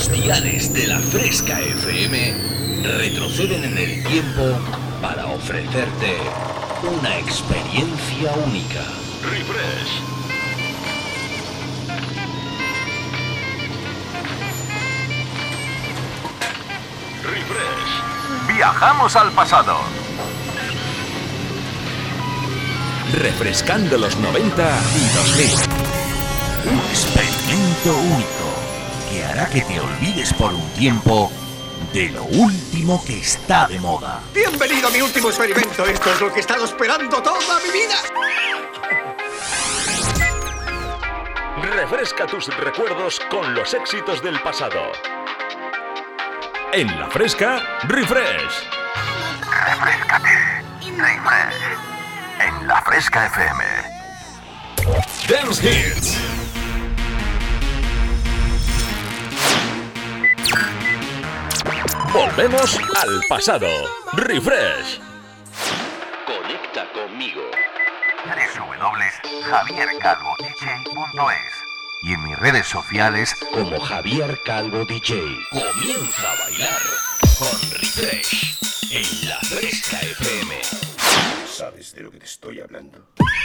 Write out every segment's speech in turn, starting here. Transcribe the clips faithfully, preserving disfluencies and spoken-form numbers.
Los diales de la Fresca F M retroceden en el tiempo para ofrecerte una experiencia única. Refresh. Refresh. Viajamos al pasado. Refrescando los noventa y dos mil. Un experimento único que hará que te olvides por un tiempo de lo último que está de moda. Bienvenido a mi último experimento. Esto es lo que he estado esperando toda mi vida. Refresca tus recuerdos con los éxitos del pasado. En La Fresca, Refresh. Refrescate. Refresh. En La Fresca F M. Dance Hits. Volvemos al pasado. Refresh. Conecta conmigo. doble u doble u doble u punto javier calvo d j punto es y en mis redes sociales como Javier Calvo D J. Comienza a bailar con Refresh en La Fresca F M. ¿Sabes de lo que te estoy hablando?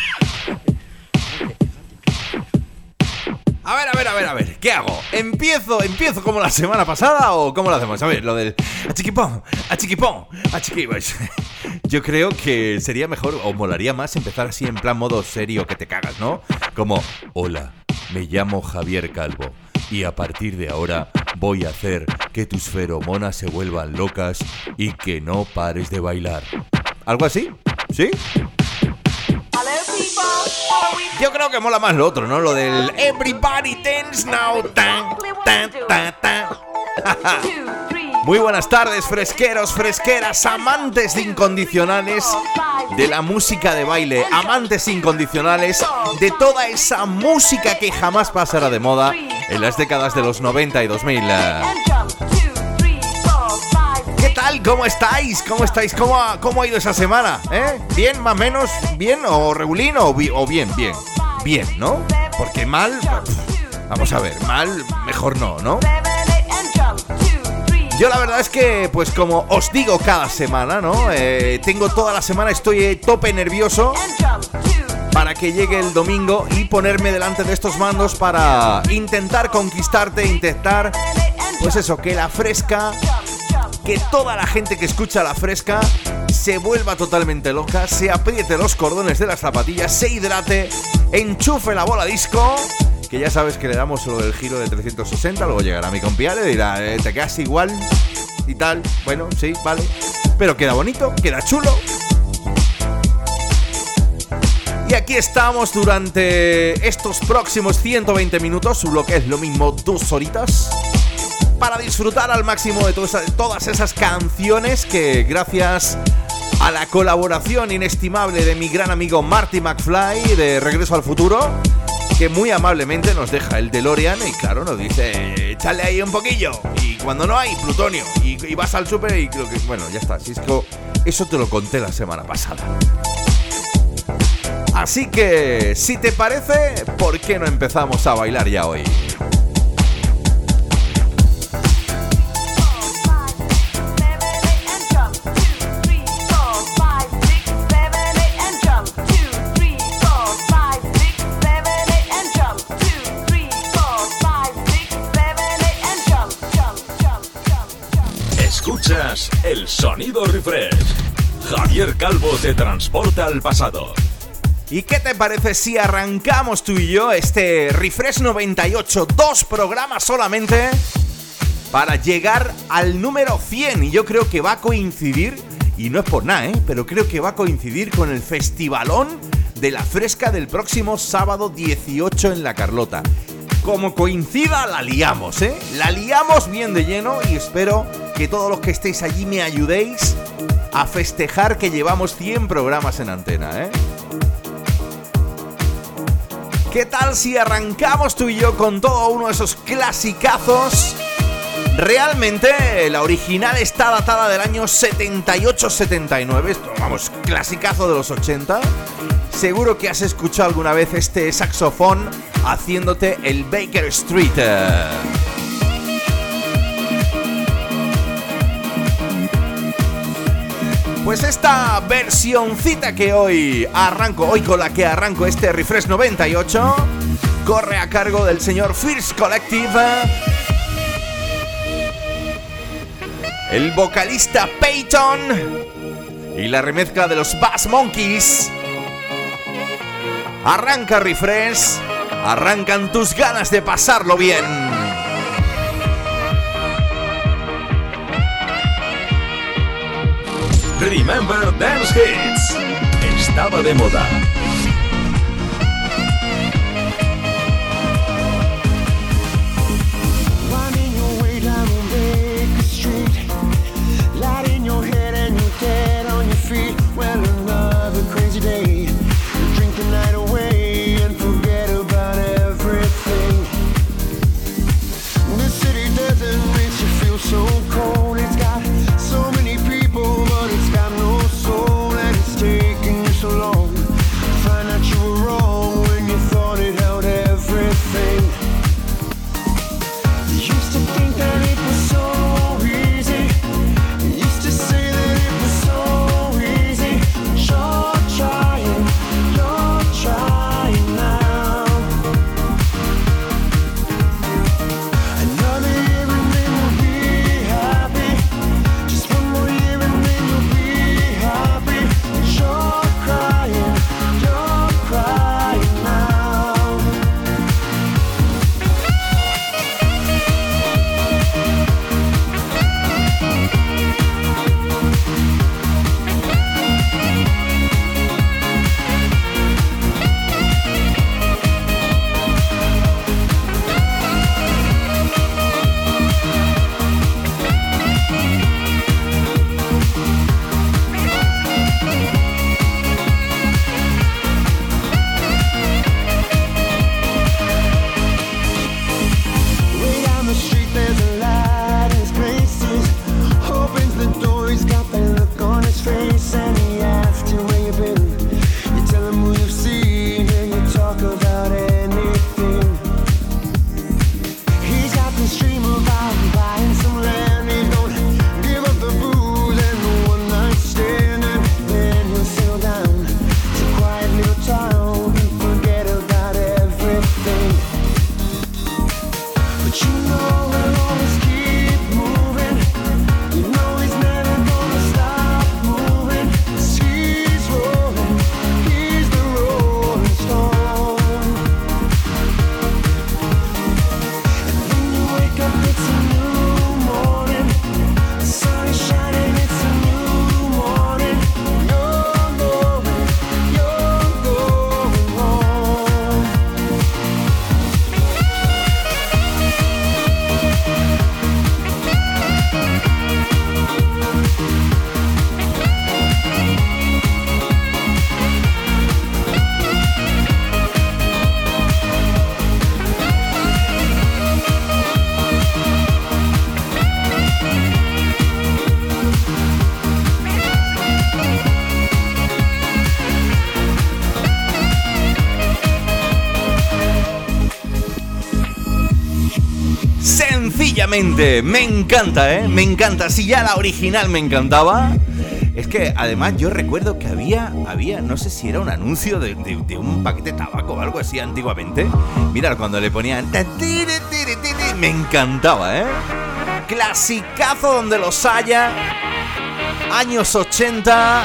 A ver, a ver, a ver, a ver, ¿qué hago? ¿Empiezo, empiezo como la semana pasada o cómo lo hacemos? A ver, lo del achiquipón, achiquipón, achiquipón. Yo creo que sería mejor o molaría más empezar así en plan modo serio que te cagas, ¿no? Como, hola, me llamo Javier Calvo y a partir de ahora voy a hacer que tus feromonas se vuelvan locas y que no pares de bailar. ¿Algo así? ¿Sí? Yo creo que mola más lo otro, ¿no? Lo del Everybody Dance Now. Tan, tan, tan, tan. Muy buenas tardes, fresqueros, fresqueras, amantes de incondicionales de la música de baile, amantes incondicionales de toda esa música que jamás pasará de moda en las décadas de los noventa y dos mil. ¿Qué tal? ¿Cómo estáis? ¿Cómo estáis? ¿Cómo ha, cómo ha ido esa semana? ¿Eh? ¿Bien, más o menos? ¿Bien? ¿O regulín? ¿O, bi- o bien? Bien. Bien, ¿no? Porque mal... Vamos a ver, mal mejor no, ¿no? Yo la verdad es que, pues como os digo cada semana, ¿no? Eh, tengo toda la semana, estoy eh, tope nervioso para que llegue el domingo y ponerme delante de estos mandos para intentar conquistarte, intentar, pues eso, que la Fresca... que toda la gente que escucha La Fresca se vuelva totalmente loca, se apriete los cordones de las zapatillas, se hidrate, enchufe la bola disco, que ya sabes que le damos solo el giro de trescientos sesenta, luego llegará mi compiale y dirá, eh, te quedas igual y tal, bueno, sí, vale, pero queda bonito, queda chulo. Y aquí estamos durante estos próximos ciento veinte minutos, lo que es lo mismo dos horitas, para disfrutar al máximo de todas, todas esas canciones que gracias a la colaboración inestimable de mi gran amigo Marty McFly de Regreso al Futuro, que muy amablemente nos deja el DeLorean y claro, nos dice, échale ahí un poquillo, y cuando no hay, plutonio, y, y vas al súper y creo que, bueno, ya está, si es que eso te lo conté la semana pasada. Así que, si te parece, ¿por qué no empezamos a bailar ya hoy? Escuchas el sonido Refresh. Javier Calvo te transporta al pasado. ¿Y qué te parece si arrancamos tú y yo este Refresh noventa y ocho, dos programas solamente para llegar al número cien? Y yo creo que va a coincidir, y no es por nada, ¿eh? pero creo que va a coincidir con el festivalón de La Fresca del próximo sábado dieciocho en La Carlota. Como coincida, la liamos, ¿eh? La liamos bien de lleno y espero que todos los que estéis allí me ayudéis a festejar que llevamos cien programas en antena, ¿eh? ¿Qué tal si arrancamos tú y yo con todo uno de esos clasicazos? Realmente la original está datada del año setenta y ocho setenta y nueve, esto, vamos, clasicazo de los ochenta. Seguro que has escuchado alguna vez este saxofón haciéndote el Baker Street. pues esta versioncita que hoy arranco, hoy con la que arranco este Refresh noventa y ocho, corre a cargo del señor First Collective, el vocalista Peyton y la remezcla de los Bass Monkeys. Arranca Refresh, arrancan tus ganas de pasarlo bien. Remember Dance Hits. Estaba de moda. Sencillamente, me encanta, ¿eh? Me encanta. Si ya la original me encantaba. Es que además yo recuerdo que había, había no sé si era un anuncio de, de, de un paquete de tabaco o algo así antiguamente. Mira, cuando le ponían... Me encantaba, ¿eh? Clasicazo donde los haya. Años ochenta.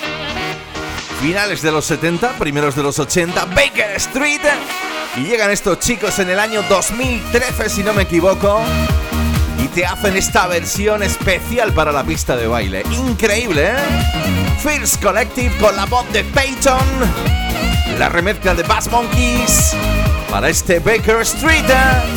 Finales de los setenta, primeros de los ochenta. Baker Street. Y llegan estos chicos en el año dos mil trece, si no me equivoco, y te hacen esta versión especial para la pista de baile. Increíble, ¿eh? First Collective con la voz de Peyton, la remezcla de Bass Monkeys para este Baker Street.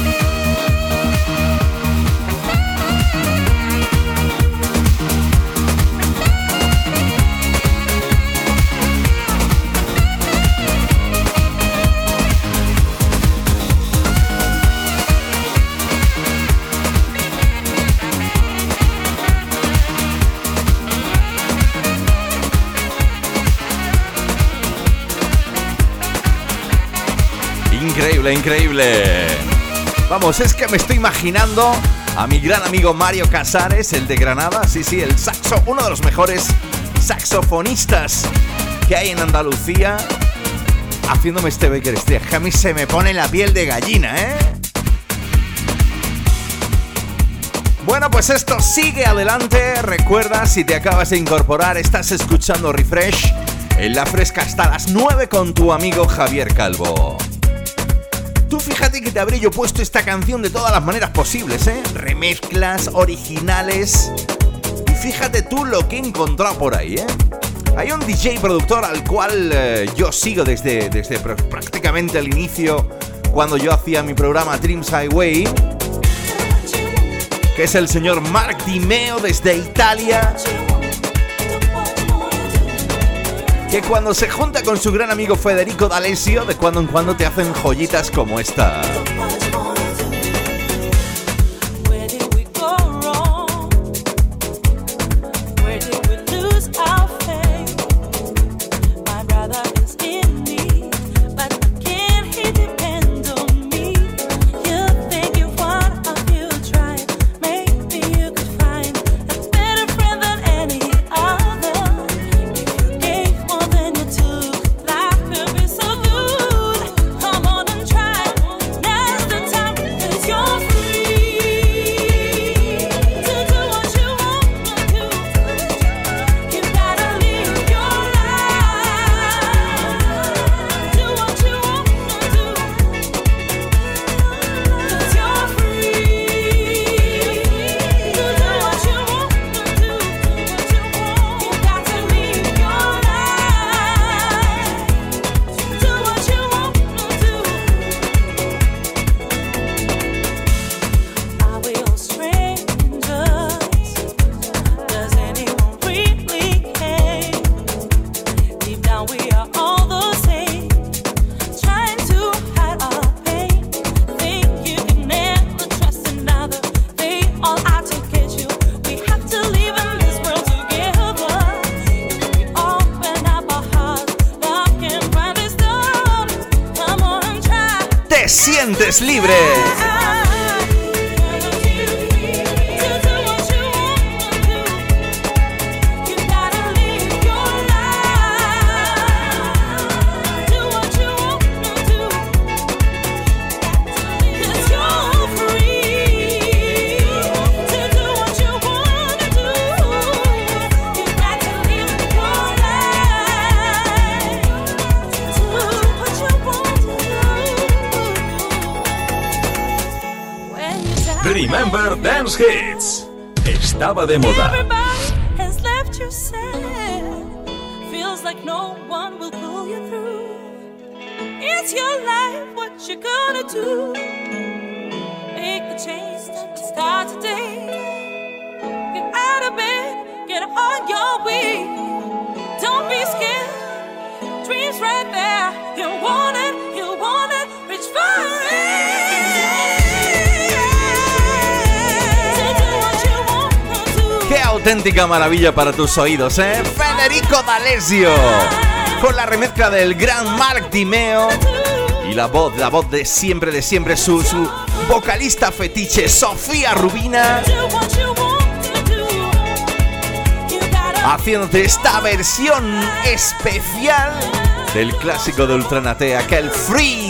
Increíble, increíble. Vamos, es que me estoy imaginando a mi gran amigo Mario Casares, el de Granada. Sí, sí, el saxo, uno de los mejores saxofonistas que hay en Andalucía haciéndome este Baker Street. Que a mí se me pone la piel de gallina, ¿eh? Bueno, pues esto sigue adelante. Recuerda, si te acabas de incorporar, estás escuchando Refresh en La Fresca hasta las nueve con tu amigo Javier Calvo. Tú fíjate que te habré yo puesto esta canción de todas las maneras posibles, ¿eh? Remezclas, originales. Y fíjate tú lo que he encontrado por ahí, ¿eh? Hay un D J productor al cual eh, yo sigo desde, desde prácticamente el inicio, cuando yo hacía mi programa Dreams Highway, que es el señor Mark Di Meo desde Italia, que cuando se junta con su gran amigo Federico D'Alessio, de cuando en cuando te hacen joyitas como esta. Sientes libre. Remember Dance Hits. Estaba de moda. Everybody has left you sad. Feels like no one will pull you through. It's your life, what you gonna do? Make the change, start today. Get out of bed, get on your way. Don't be scared, dreams right there. You want it, you want it, reach for it. ¡Qué auténtica maravilla para tus oídos, eh! Federico D'Alessio, con la remezcla del gran Mark Di Meo y la voz, la voz de siempre, de siempre, su, su vocalista fetiche, Sofía Rubina, haciéndote esta versión especial del clásico de Ultranate, aquel Free.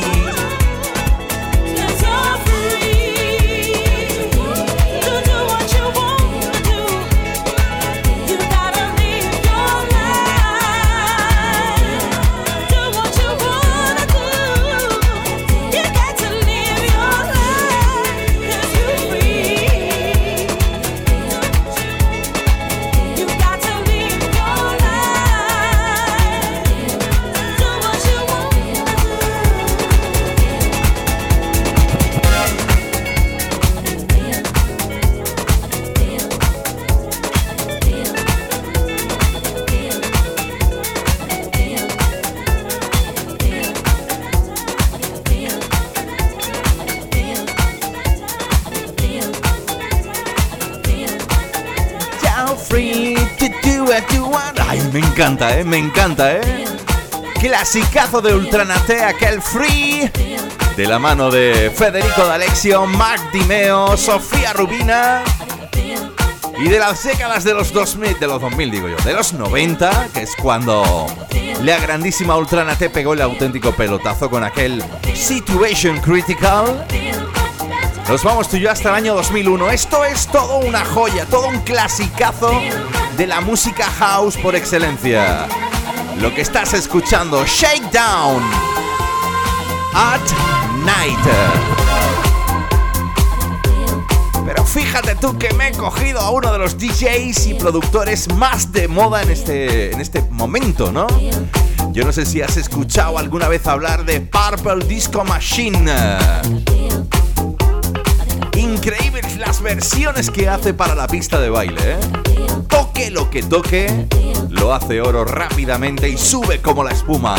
Ay, me encanta, eh, me encanta, eh. Clasicazo de Ultranate, aquel Free, de la mano de Federico D'Alessio, Mark Di Meo, Sofía Rubina. Y de las décadas de los dos mil, de los dos mil digo yo, de los noventa, que es cuando la grandísima Ultrana T pegó el auténtico pelotazo con aquel Situation Critical. Nos vamos tú y yo hasta el año dos mil uno. Esto es todo una joya, todo un clasicazo de la música house por excelencia. Lo que estás escuchando, Shakedown at Night. Pero fíjate tú que me he cogido a uno de los D Js y productores más de moda en este, en este momento, ¿no? Yo no sé si has escuchado alguna vez hablar de Purple Disco Machine. Increíbles las versiones que hace para la pista de baile, ¿eh? Toque lo que toque, lo hace oro rápidamente y sube como la espuma.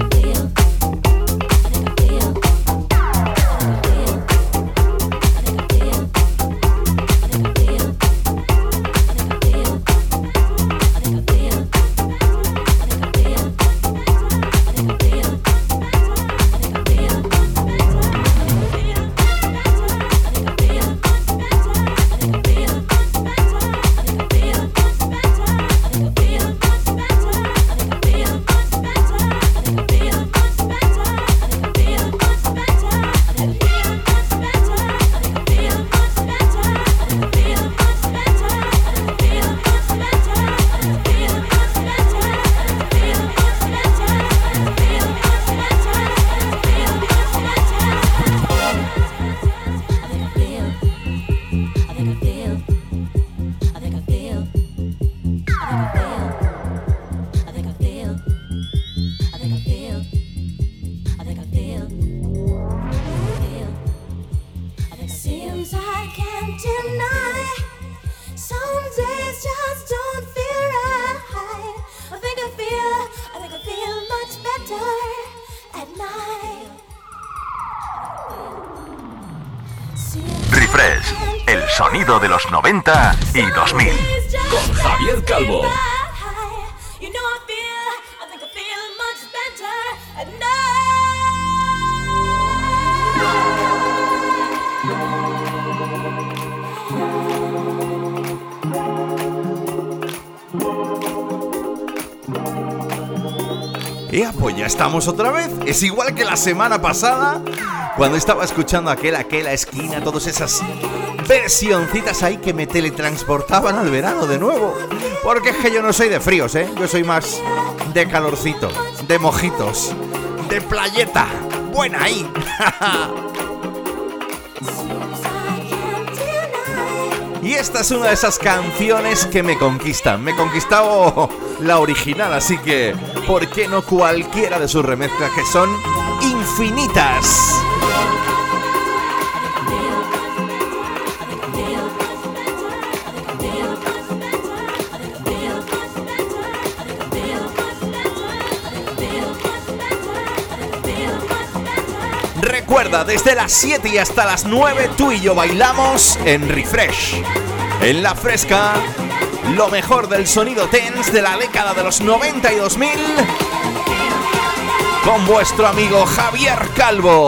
Refresh, el sonido de los noventa y dos mil. Con Javier Calvo. Ya, pues ya estamos otra vez. Es igual que la semana pasada, cuando estaba escuchando aquel, aquella esquina, todas esas versioncitas ahí que me teletransportaban al verano de nuevo. Porque es que yo no soy de fríos, ¿eh? Yo soy más de calorcito, de mojitos, de playeta. Buena ahí. Y esta es una de esas canciones que me conquistan. Me he conquistado la original, así que ¿por qué no cualquiera de sus remezclas, que son infinitas? Recuerda, desde las siete y hasta las nueve tú y yo bailamos en Refresh. En La Fresca, lo mejor del sonido dance de la década de los noventa y dos mil, con vuestro amigo Javier Calvo.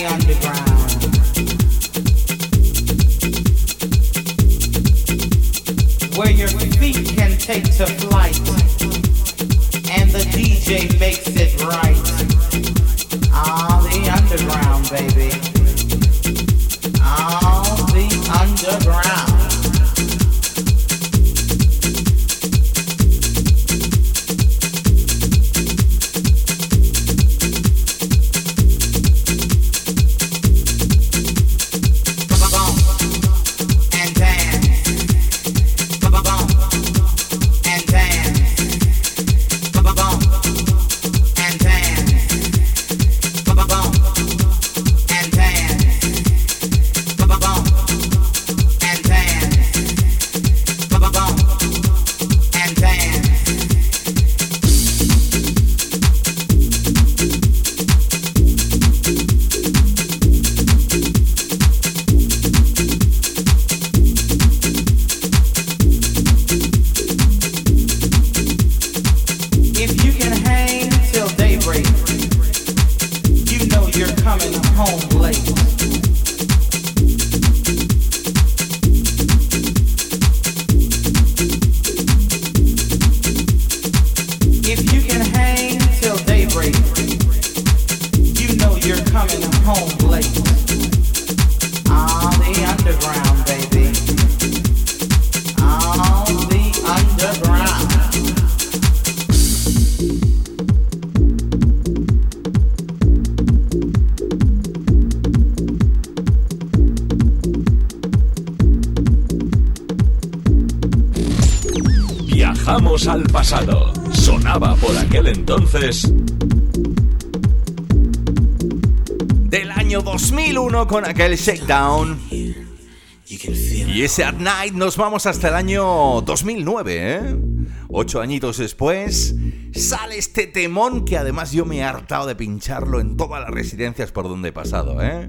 the underground. Where your feet can take to flight, and the D J makes it right. Ah, the underground, baby. Ah, the underground. Viajamos al pasado. Sonaba por aquel entonces del año dos mil uno con aquel Shakedown. Y ese At Night nos vamos hasta el año dos mil nueve, ¿eh? Ocho añitos después sale este temón que además yo me he hartado de pincharlo en todas las residencias por donde he pasado, ¿eh?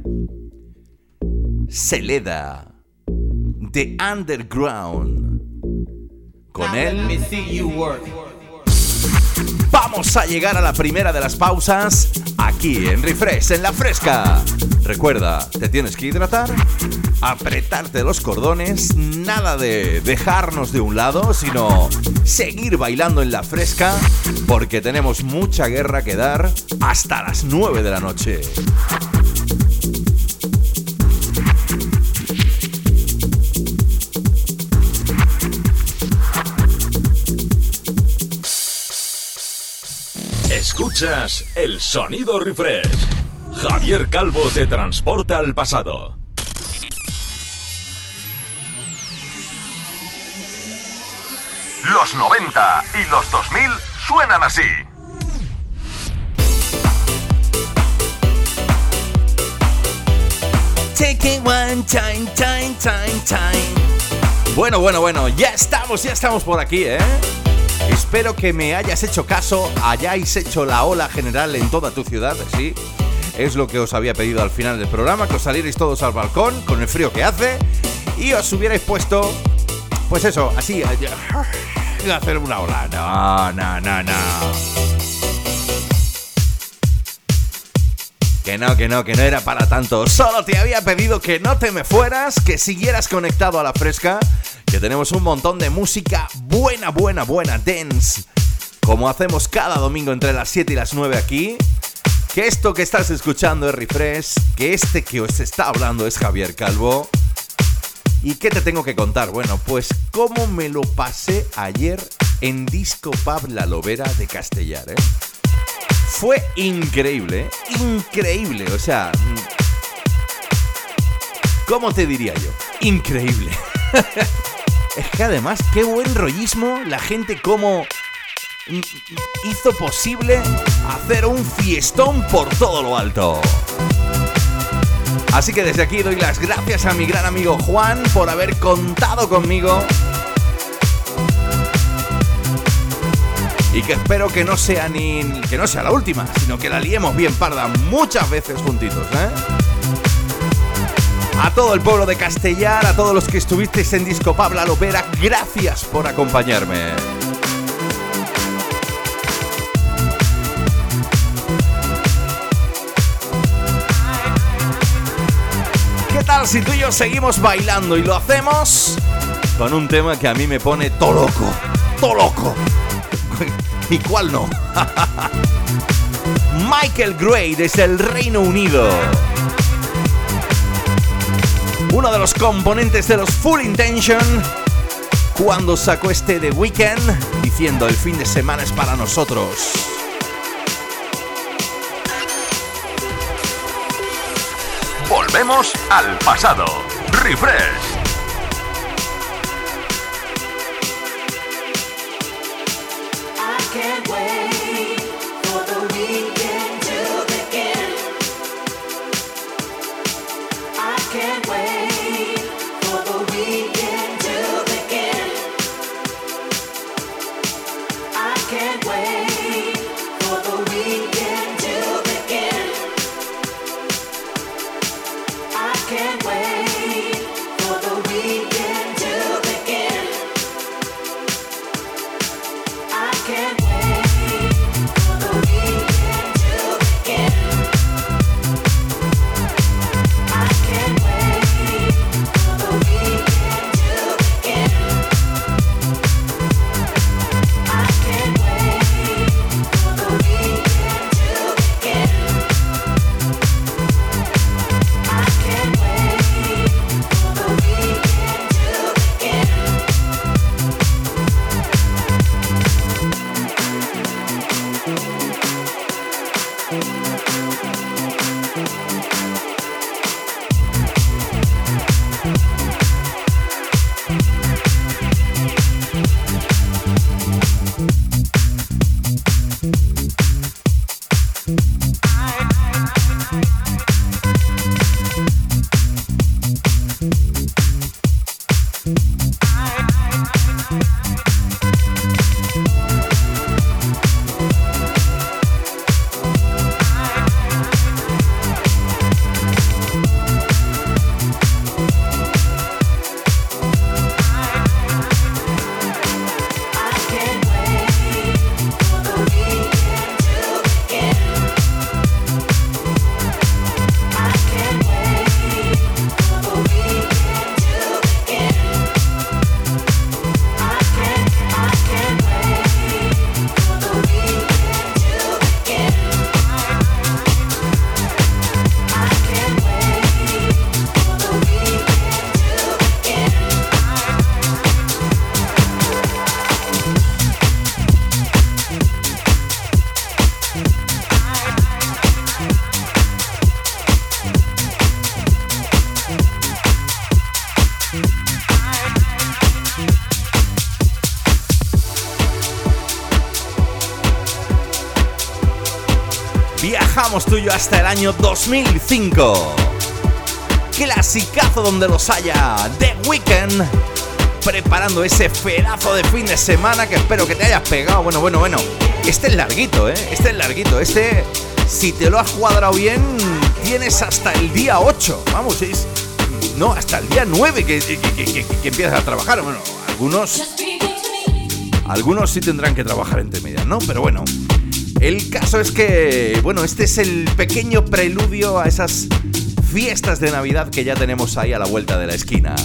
Seleda, The Underground. Con él vamos a llegar a la primera de las pausas aquí en Refresh, en La Fresca. Recuerda, te tienes que hidratar, apretarte los cordones, nada de dejarnos de un lado, sino seguir bailando en La Fresca, porque tenemos mucha guerra que dar hasta las nueve de la noche. Escuchas el sonido Refresh. Javier Calvo te transporta al pasado. Los noventa y los dos mil suenan así. Take it one time, time, time, time. Bueno, bueno, bueno, ya estamos, ya estamos por aquí, ¿eh? Espero que me hayas hecho caso, hayáis hecho la ola general en toda tu ciudad, ¿sí? Es lo que os había pedido al final del programa, que os salierais todos al balcón con el frío que hace y os hubierais puesto, pues eso, así, a hacer una ola. No, no, no, no. Que no, que no, que no era para tanto. Solo te había pedido que no te me fueras, que siguieras conectado a La Fresca, que tenemos un montón de música buena, buena, buena, dance, como hacemos cada domingo entre las siete y las nueve aquí. Que esto que estás escuchando es Refresh, que este que os está hablando es Javier Calvo. ¿Y qué te tengo que contar? Bueno, pues cómo me lo pasé ayer en Disco Pub La Lobera de Castellar, ¿eh? Fue increíble, ¿eh? Increíble, o sea, ¿cómo te diría yo? Increíble. Es que además, qué buen rollismo, la gente cómo hizo posible hacer un fiestón por todo lo alto. Así que desde aquí doy las gracias a mi gran amigo Juan por haber contado conmigo. Y que espero que no sea ni que no sea la última, sino que la liemos bien parda muchas veces juntitos, ¿eh? A todo el pueblo de Castellar, a todos los que estuvisteis en Disco Pub La Lobera, gracias por acompañarme. tal si tú y yo seguimos bailando? Y lo hacemos con un tema que a mí me pone todo loco, todo loco. ¿Y cuál no? Michael Gray desde el Reino Unido. Uno de los componentes de los Full Intention, cuando sacó este The Weeknd, diciendo el fin de semana es para nosotros. Volvemos al pasado. Refresh. Can't wait for the weekend to begin. I can't wait for the weekend to begin. I can't wait for the weekend to begin. I can't wait for the weekend to begin. I can't Viajamos tú y yo hasta el año dos mil cinco. Clasicazo donde los haya. The Weeknd preparando ese pedazo de fin de semana que espero que te hayas pegado. Bueno, bueno, bueno. Este es larguito, ¿eh? Este es larguito. Este, si te lo has cuadrado bien, tienes hasta el día ocho. Vamos, es... No, hasta el día nueve que, que, que, que, que empiezas a trabajar. Bueno, algunos... Algunos sí tendrán que trabajar entre medias, ¿no? Pero bueno... El caso es que, bueno, este es el pequeño preludio a esas fiestas de Navidad que ya tenemos ahí a la vuelta de la esquina.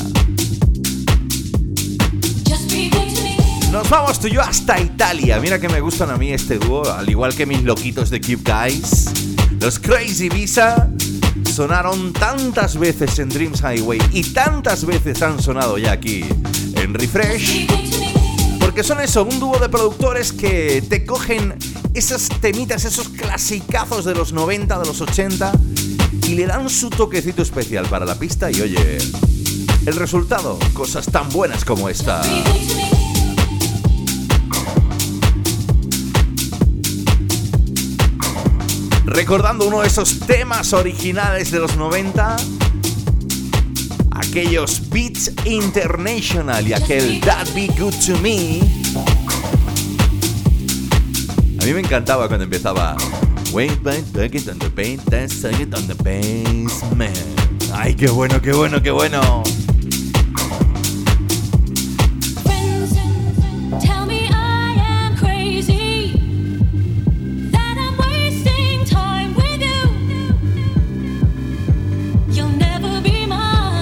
Nos vamos tú y yo hasta Italia. Mira que me gustan a mí este dúo, al igual que mis loquitos de Cube Guys. Los Crazy Ibiza sonaron tantas veces en Dreams Highway y tantas veces han sonado ya aquí en Refresh. Porque son eso, un dúo de productores que te cogen esas temitas, esos clasicazos de los noventa, de los ochenta y le dan su toquecito especial para la pista y oye, el resultado, cosas tan buenas como esta. Recordando uno de esos temas originales de los noventa, aquellos Beats International y aquel That Be Good To Me. A mí me encantaba cuando empezaba Wait, wait, take it on the bass, that's take it on the basement. Ay, qué bueno, qué bueno, qué bueno. You'll never be mine.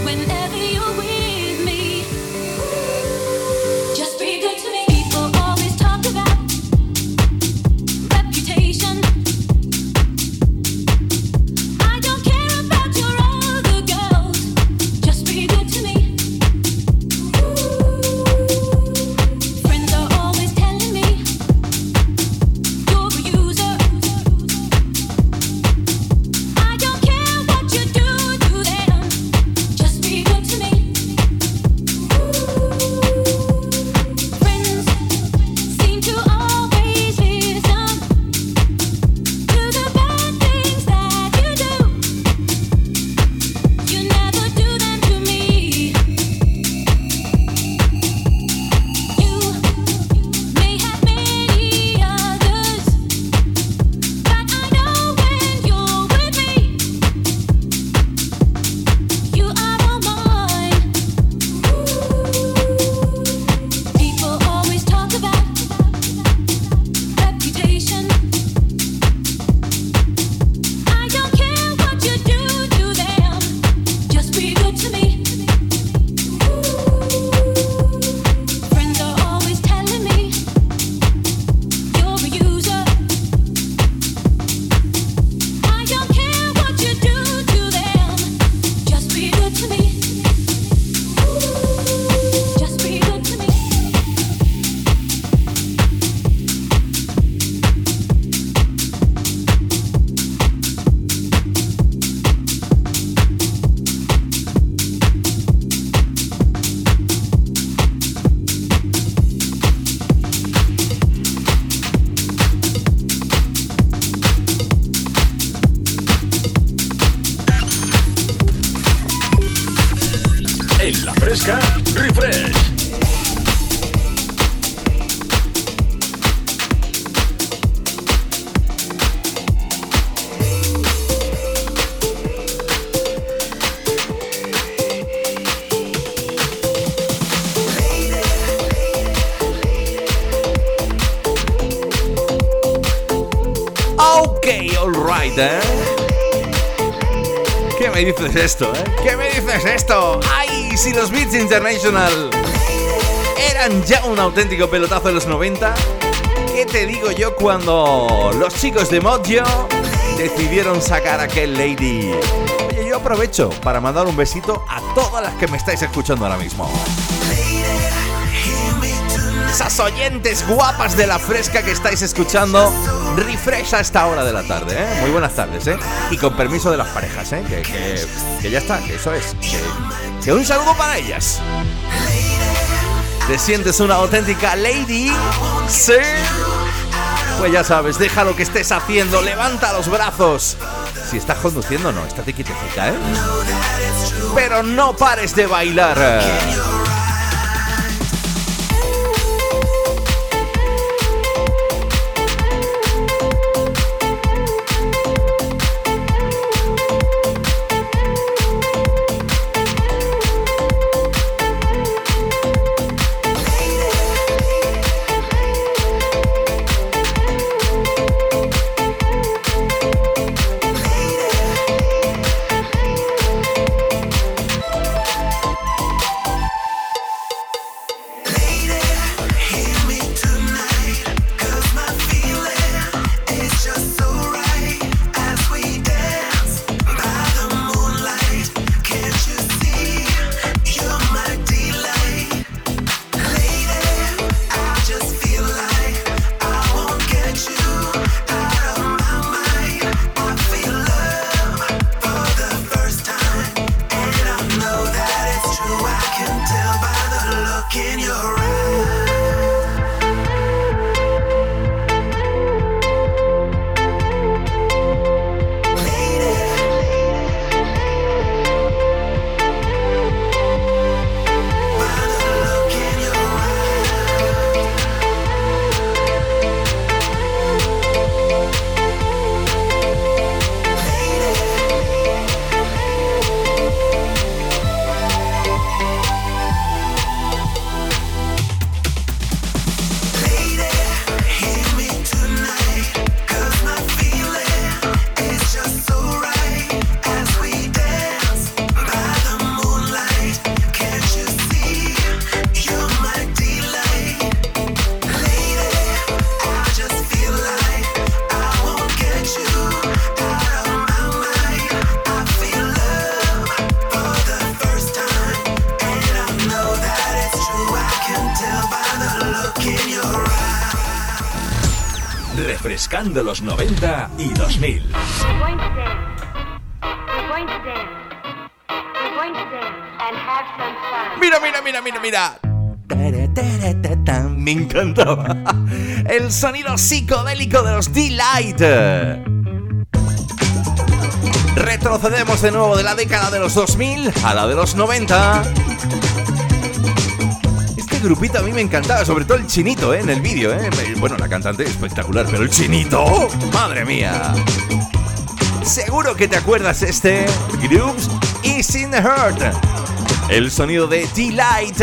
Fresca Refresh. Ok, alright, ¿eh? ¿Qué me dices esto, eh? ¿Qué me dices esto? ¡Ay! Si los Beats International eran ya un auténtico pelotazo en los noventa, ¿qué te digo yo cuando los chicos de Mojo decidieron sacar aquel Lady? Oye, yo aprovecho para mandar un besito a todas las que me estáis escuchando ahora mismo. Esas oyentes guapas de la fresca que estáis escuchando Refresh a esta hora de la tarde, ¿eh? Muy buenas tardes, ¿eh? Y con permiso de las parejas, ¿eh? Que, que, que ya está, que eso es. Que, que un saludo para ellas. ¿Te sientes una auténtica lady? ¿Sí? Pues ya sabes, deja lo que estés haciendo, levanta los brazos. Si estás conduciendo, no, estate quietecita, ¿eh? Pero no pares de bailar. refrescando los noventa y dos mil. We're going to dance. We're going to dance. We're going to dance and have some fun. Mira, mira, mira, mira, mira. Me encantaba el sonido psicodélico de los D-Light. Retrocedemos de nuevo de la década de los dos mil a la de los noventa. Este grupito a mí me encantaba, sobre todo el chinito, ¿eh? En el vídeo, ¿eh? Bueno, la cantante espectacular, pero el chinito, ¡oh, madre mía! Seguro que te acuerdas de este Grooves is in the Heart. El sonido de D-Light.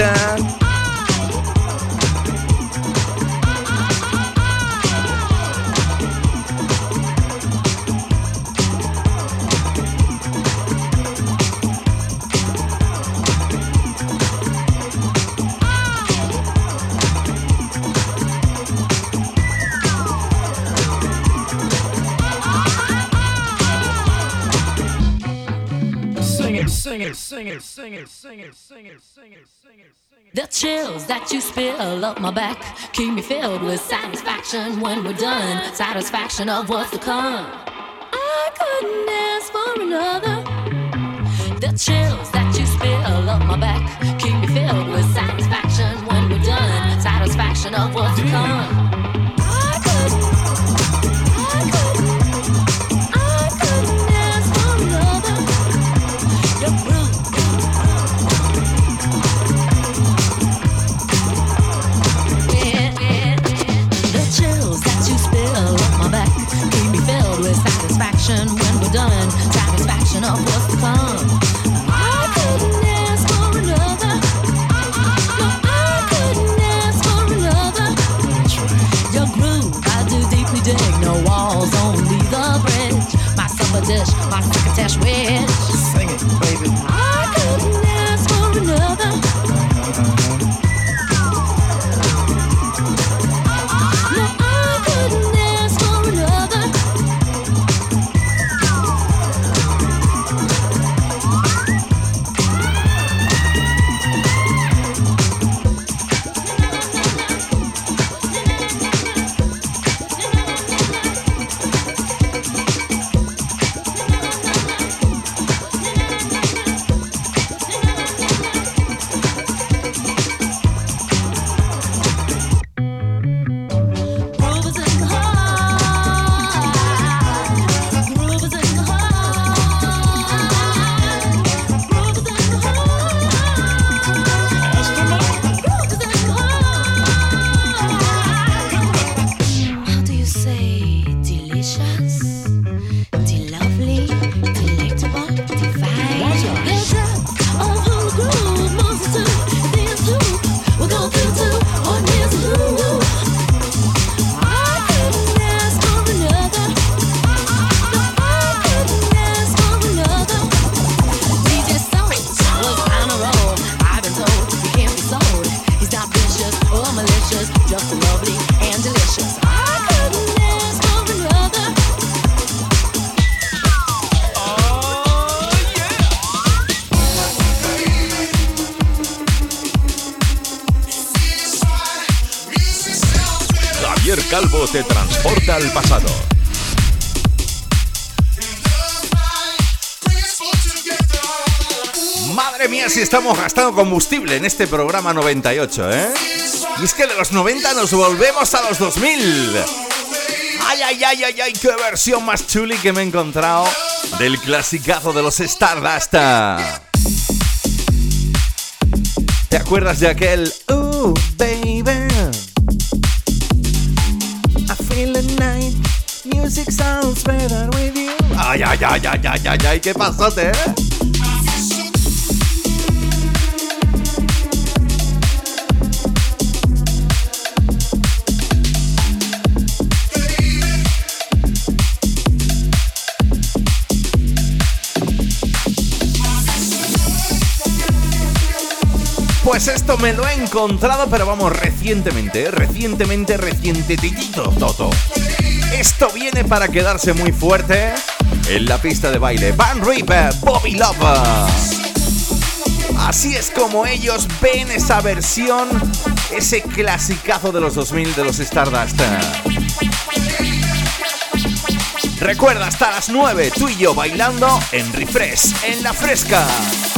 Sing it, sing it, sing it, sing it, sing it, sing it, sing it, sing it. The chills that you spill up my back keep me filled with satisfaction when we're done. Satisfaction of what's to come. I couldn't ask for another. The chills that you spill up my back keep me filled with satisfaction when we're done. Satisfaction of what's to come. I couldn't, I couldn't, I couldn't ask for another. Your groove. Yeah, yeah, yeah. The chills that you spill up my back keep me filled with satisfaction when we're done. Satisfaction of what's to come. I couldn't ask for another. No, I couldn't ask for another. Your groove, I do deeply dig. No walls, only the bridge. My supper dish, my crocketesh wish. Sing it, baby. I couldn't ask for another. No, I couldn't ask for another. Groove is in the heart. Groove is in the heart. Groove is in the heart. Groove is in the heart. How do you say delicious, de-lovely, delectable, divine? The depth of who groove moves to this too. We'll go through to or near to who. I couldn't ask for another. No, I couldn't ask for another. D J Soul was on a roll. I've been told he can't be sold. He's not vicious or malicious, just lovely and delicious. I couldn't ask for another. Javier Calvo te transporta al pasado. Madre mía, si estamos gastando combustible en este programa noventa y ocho, ¿eh? Y es que de los noventa nos volvemos a los dos mil. Ay, ay, ay, ay, ay, qué versión más chuli que me he encontrado del clasicazo de los Stardust. ¿Te acuerdas de aquel Ooh, baby? I feel the night, music sounds better with you. Ay, ay, ay, ay, ay, ay, ay, qué pasote, ¿eh? Pues esto me lo he encontrado, pero vamos, recientemente, recientemente, recientetito, Toto. Esto viene para quedarse muy fuerte en la pista de baile. Van Ripper, Bobby Love. Así es como ellos ven esa versión, ese clasicazo de los dos mil de los Stardust. Recuerda, hasta las nueve, tú y yo bailando en Refresh, en La Fresca.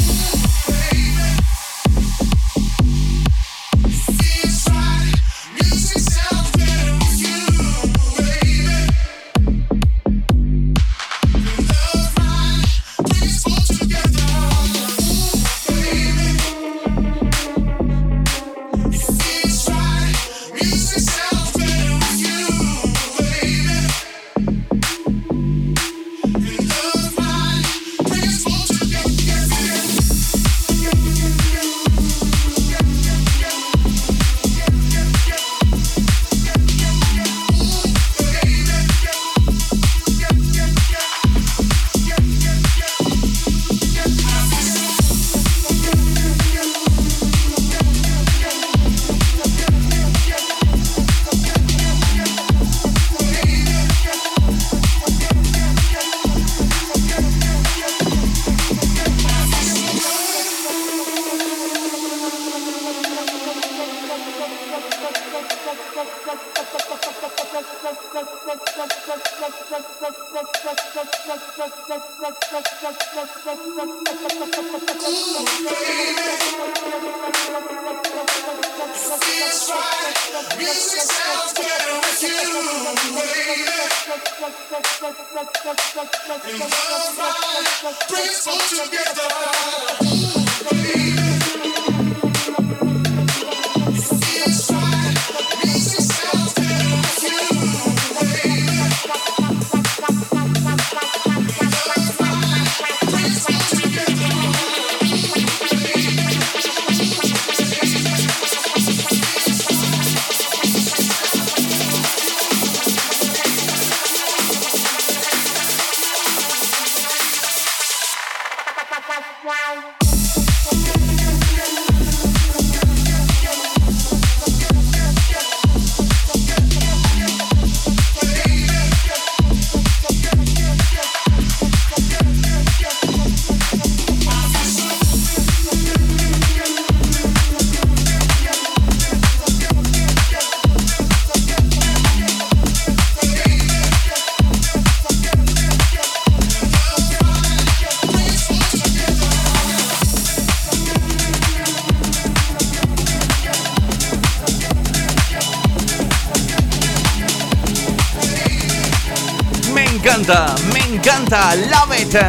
Me encanta, me encanta, love it.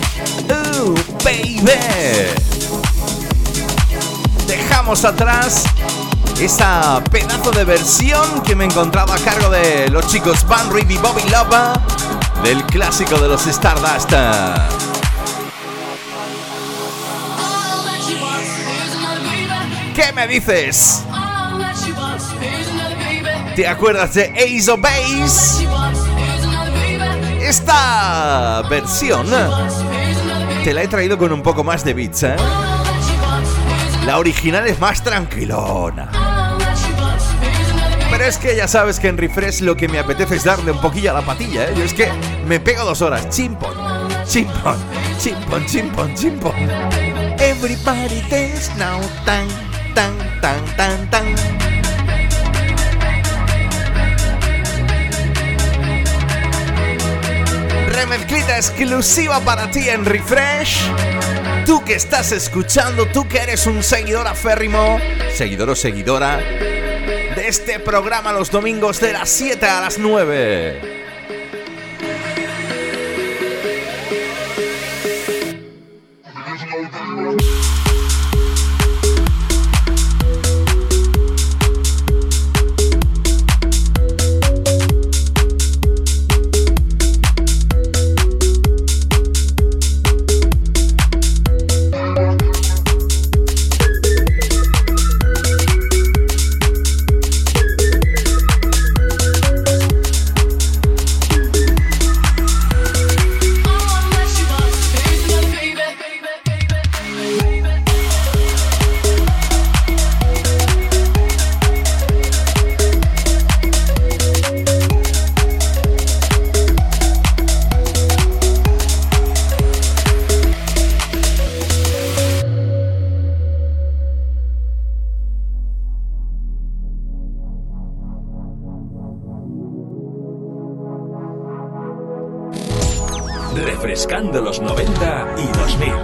Uh, baby. Dejamos atrás esa pedazo de versión que me encontraba a cargo de los chicos Van Reed y Bobby Love del clásico de los Stardust. ¿Qué me dices? ¿Te acuerdas de Ace of Base? Esta versión te la he traído con un poco más de beats, ¿eh? La original es más tranquilona. Pero es que ya sabes que en Refresh lo que me apetece es darle un poquillo a la patilla, ¿eh? Yo es que me pego dos horas. Chimpón, chimpón, chimpón, chimpón, chimpón. Everybody dance now, tan, tan, tan, tan, tan. Remezclita exclusiva para ti en Refresh. Tú que estás escuchando, tú que eres un seguidor aférrimo, seguidor o seguidora de este programa los domingos de las siete a las nueve. refrescando los noventa y dos mil.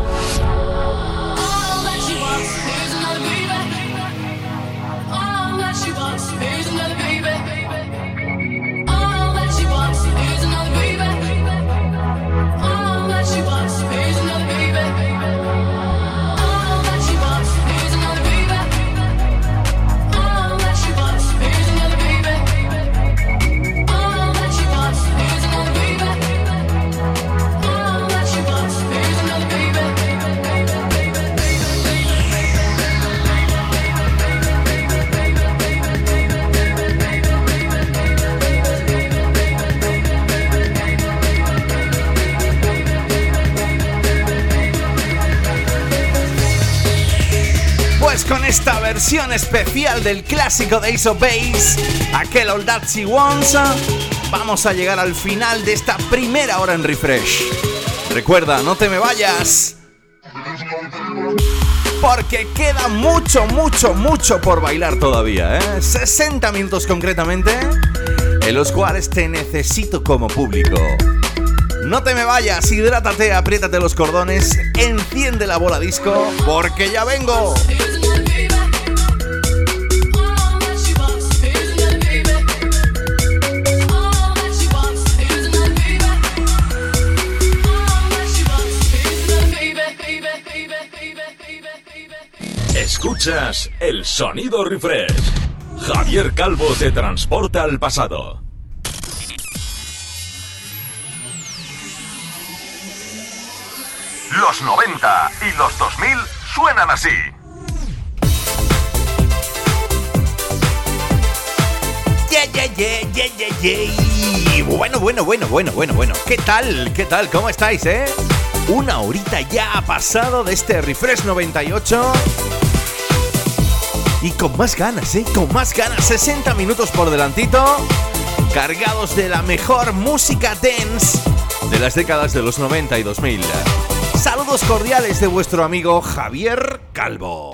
Con esta versión especial del clásico de Ace of Base, aquel All That She Wants, vamos a llegar al final de esta primera hora en Refresh. Recuerda, no te me vayas, porque queda mucho, mucho, mucho por bailar todavía, ¿eh? sesenta minutos concretamente, en los cuales te necesito como público. No te me vayas, hidrátate, apriétate los cordones, enciende la bola disco, porque ya vengo. Escuchas el sonido Refresh. Javier Calvo te transporta al pasado. Los noventa y los dos mil suenan así. Yeah, yeah, yeah, yeah, yeah, yeah. Bueno, bueno, bueno, bueno, bueno, bueno. ¿Qué tal? ¿Qué tal? ¿Cómo estáis, eh? Una horita ya ha pasado de este Refresh noventa y ocho. Y con más ganas, ¿eh? Con más ganas. sesenta minutos por delantito, cargados de la mejor música dance de las décadas de los noventa y dos mil. Saludos cordiales de vuestro amigo Javier Calvo.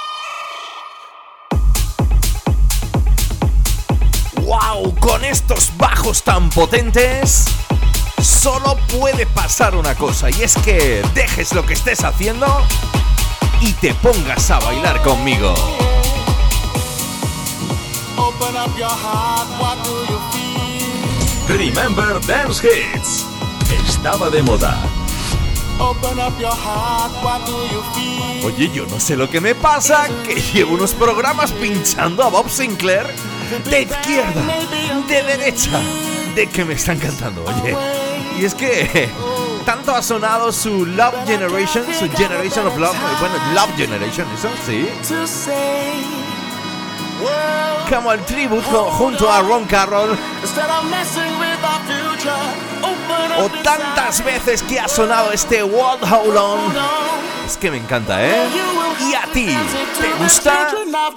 ¡Wow! Con estos bajos tan potentes, solo puede pasar una cosa, y es que dejes lo que estés haciendo y te pongas a bailar conmigo. Open up your heart, what do you feel? Remember Dance Hits. Estaba de moda. Open up your heart, what do you feel? Oye, yo no sé lo que me pasa, que llevo unos programas pinchando a Bob Sinclair de izquierda, de derecha, de que me están cantando, oye. Y es que tanto ha sonado su Love Generation, su Generation of Love, bueno, Love Generation, eso, sí. Como el tributo junto a Ron Carroll, o tantas veces que ha sonado este What Hold On. Es que me encanta, ¿eh? ¿Y a ti? ¿Te gusta?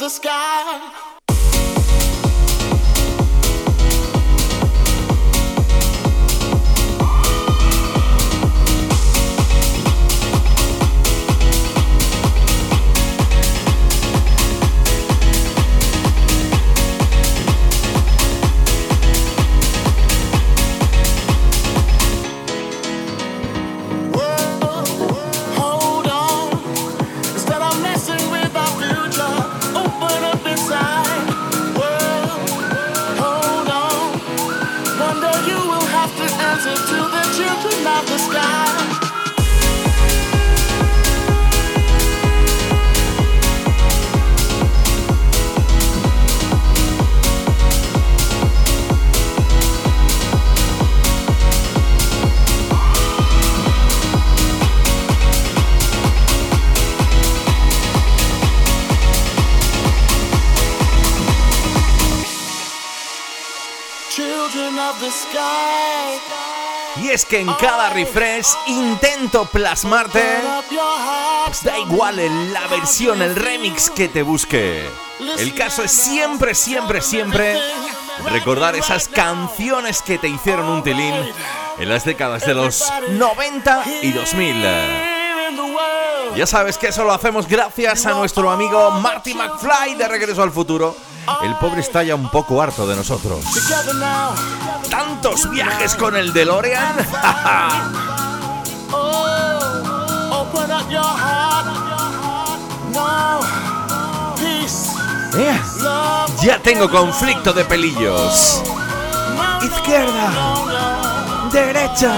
Y es que en cada refresh intento plasmarte, pues da igual en la versión, el remix que te busque. El caso es siempre, siempre, siempre recordar esas canciones que te hicieron un tilín en las décadas de los noventa y dos mil. Ya sabes que eso lo hacemos gracias a nuestro amigo Marty McFly de Regreso al Futuro. El pobre está ya un poco harto de nosotros. ¿Tantos viajes con el DeLorean? Eh, ya tengo conflicto de pelillos. Izquierda, derecha.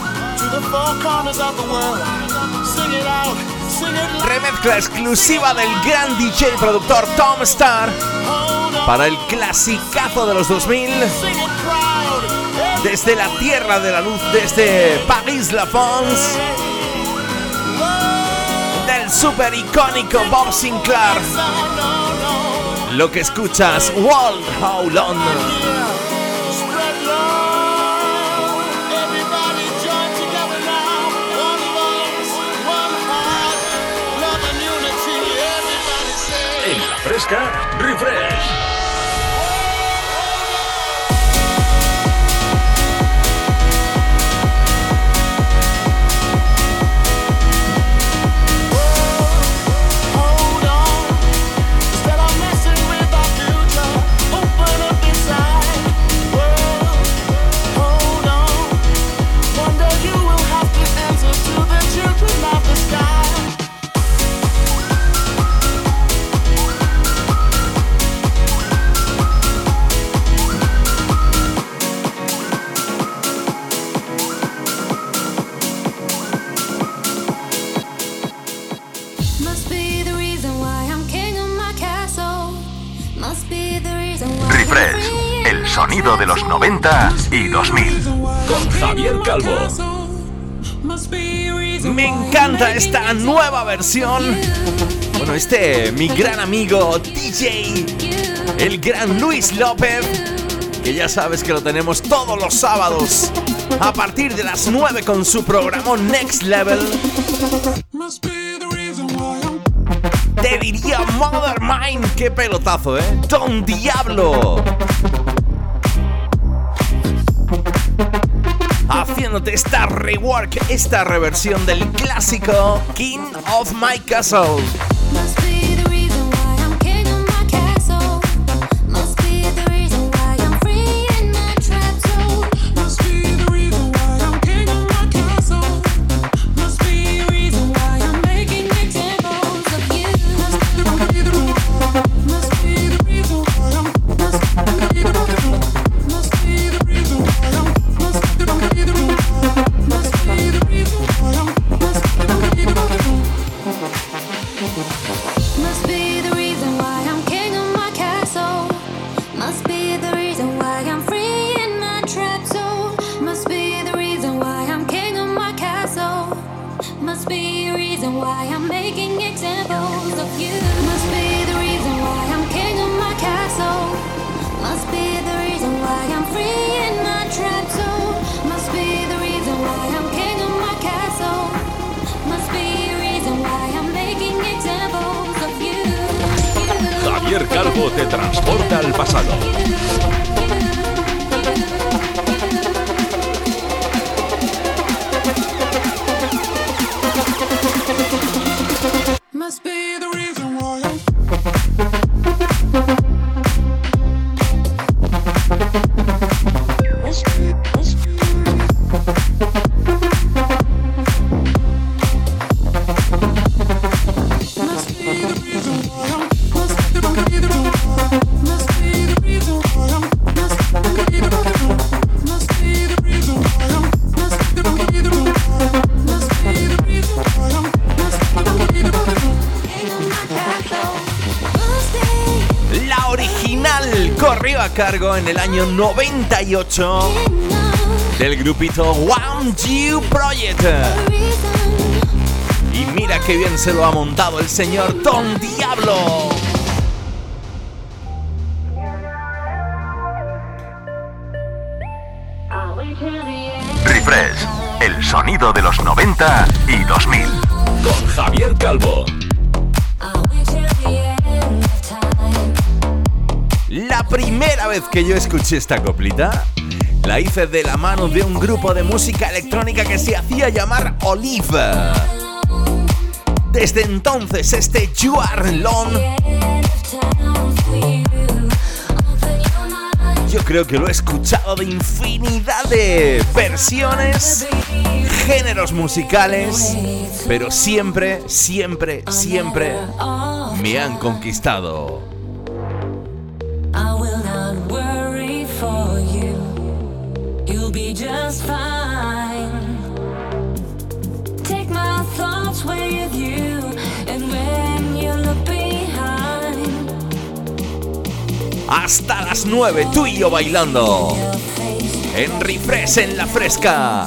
Remezcla exclusiva del gran D J y productor Tom Starr para el clasicazo de los dos mil. Desde la tierra de la luz, desde Paris-La France, del super icónico Bob Sinclair. Lo que escuchas, World Hold On. En la fresca, refresh. Sonido de los noventa y dos mil. Con Javier Calvo. Me encanta esta nueva versión. Bueno, este, mi gran amigo D J, el gran Luis López, que ya sabes que lo tenemos todos los sábados a partir de las nueve con su programa Next Level. Te diría Mother Mind, qué pelotazo, ¿eh? Don Diablo. Haciéndote esta rework, esta reversión del clásico King of My Castle. Javier Calvo te transporta al pasado. Must be the reason why I'm a cargo en el año noventa y ocho del grupito Want You Project. Y mira qué bien se lo ha montado el señor Don Diablo. Refresh, el sonido de los noventa y dos mil. Con Javier Calvo. La primera vez que yo escuché esta coplita, la hice de la mano de un grupo de música electrónica que se hacía llamar Olive. Desde entonces, este You Are Alone, yo creo que lo he escuchado de infinidad de versiones, géneros musicales, pero siempre, siempre, siempre me han conquistado. you. You'll be just fine. Take my thoughts with you, and when you look behind. Hasta las nueve, tú y yo bailando. En Refresh en la Fresca.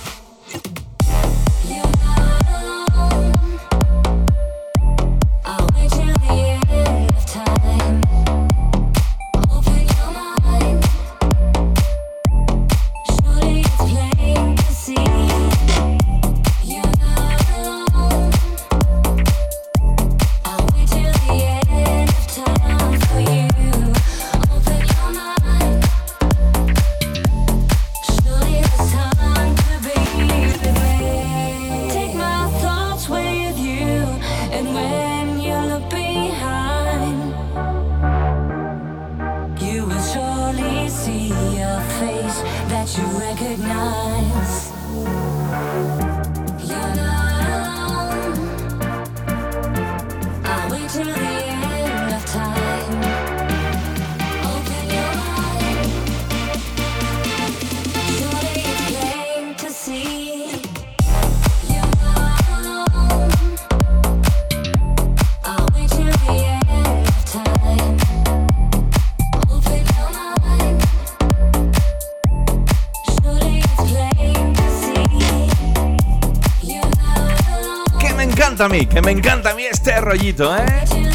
A mí, que me encanta a mí este rollito, ¿eh?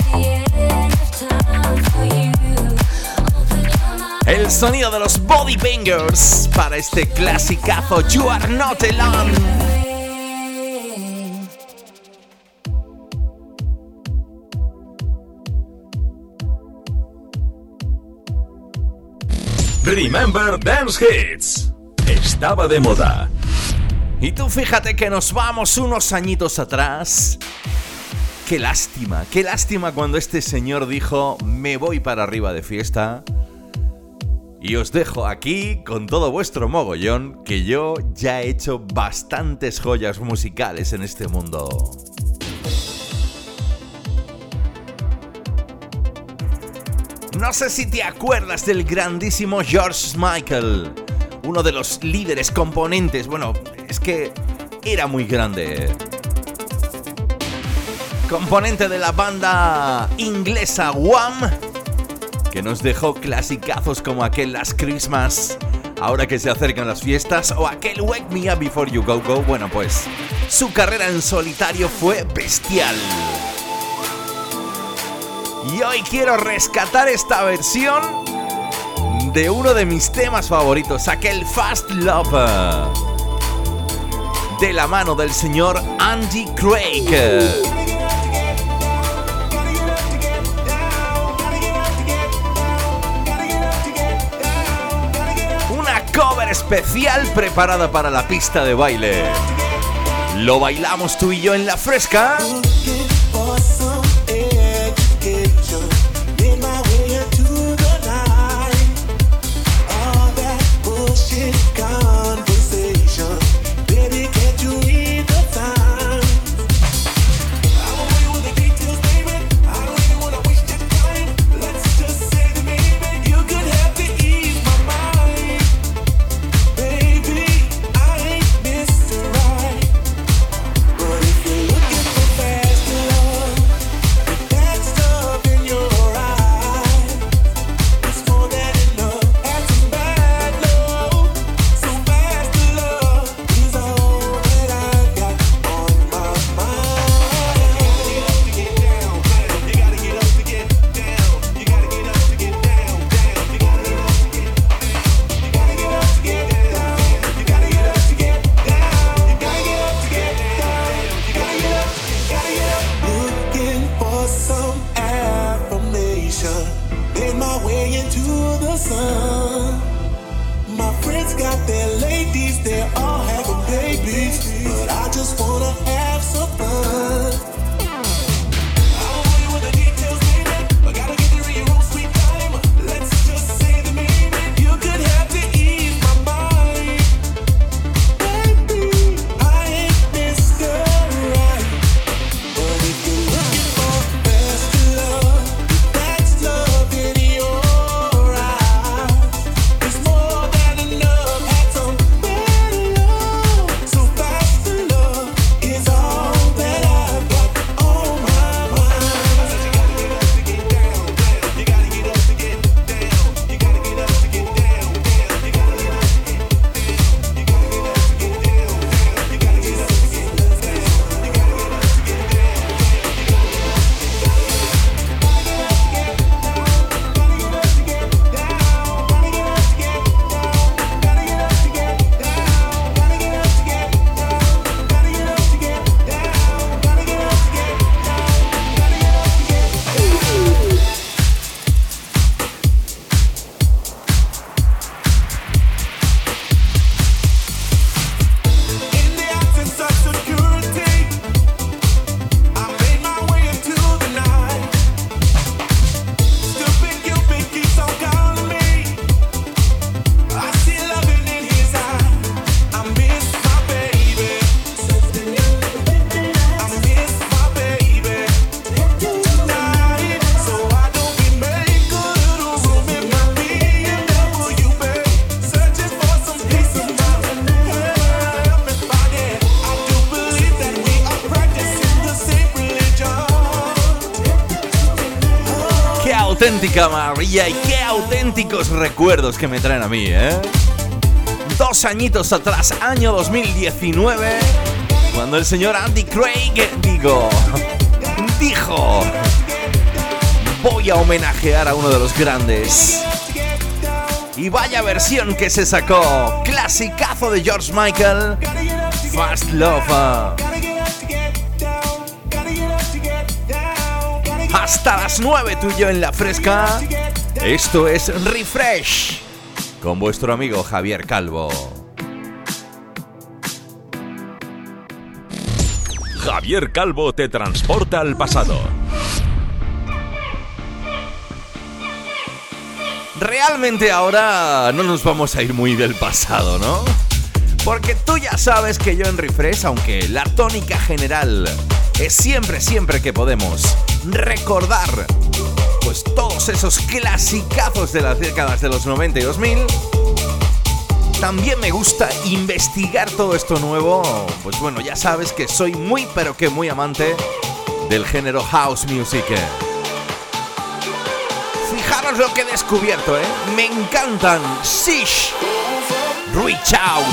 El sonido de los Body Bangers para este clasicazo You Are Not Alone. Remember Dance Hits. Estaba de moda. Y tú fíjate que nos vamos unos añitos atrás. Qué lástima, qué lástima cuando este señor dijo: me voy para arriba de fiesta. Y os dejo aquí con todo vuestro mogollón, que yo ya he hecho bastantes joyas musicales en este mundo. No sé si te acuerdas del grandísimo George Michael, uno de los líderes componentes, bueno, es que era muy grande. Componente de la banda inglesa Wham, que nos dejó clasicazos como aquel Last Christmas, ahora que se acercan las fiestas, o aquel Wake Me Up Before You Go Go. Bueno, pues su carrera en solitario fue bestial. Y hoy quiero rescatar esta versión de uno de mis temas favoritos, aquel Fast Love, de la mano del señor Andy Craig. Una cover especial preparada para la pista de baile. Lo bailamos tú y yo en la Fresca. It's more auténtica maravilla y qué auténticos recuerdos que me traen a mí, ¿eh? Dos añitos atrás, año dos mil diecinueve, cuando el señor Andy Craig, digo, dijo, voy a homenajear a uno de los grandes. Y vaya versión que se sacó, clasicazo de George Michael, Fast Love. Hasta las nueve tú y yo en La Fresca. Esto es Refresh con vuestro amigo Javier Calvo. Javier Calvo te transporta al pasado. Realmente ahora no nos vamos a ir muy del pasado, ¿no? Porque tú ya sabes que yo en Refresh, aunque la tónica general es siempre, siempre que podemos recordar pues todos esos clasicazos de las décadas de los noventa y dos mil, también me gusta investigar todo esto nuevo. Pues bueno, ya sabes que soy muy pero que muy amante del género house music. Fijaros lo que he descubierto, ¿eh? Me encantan Sish, Reach Out.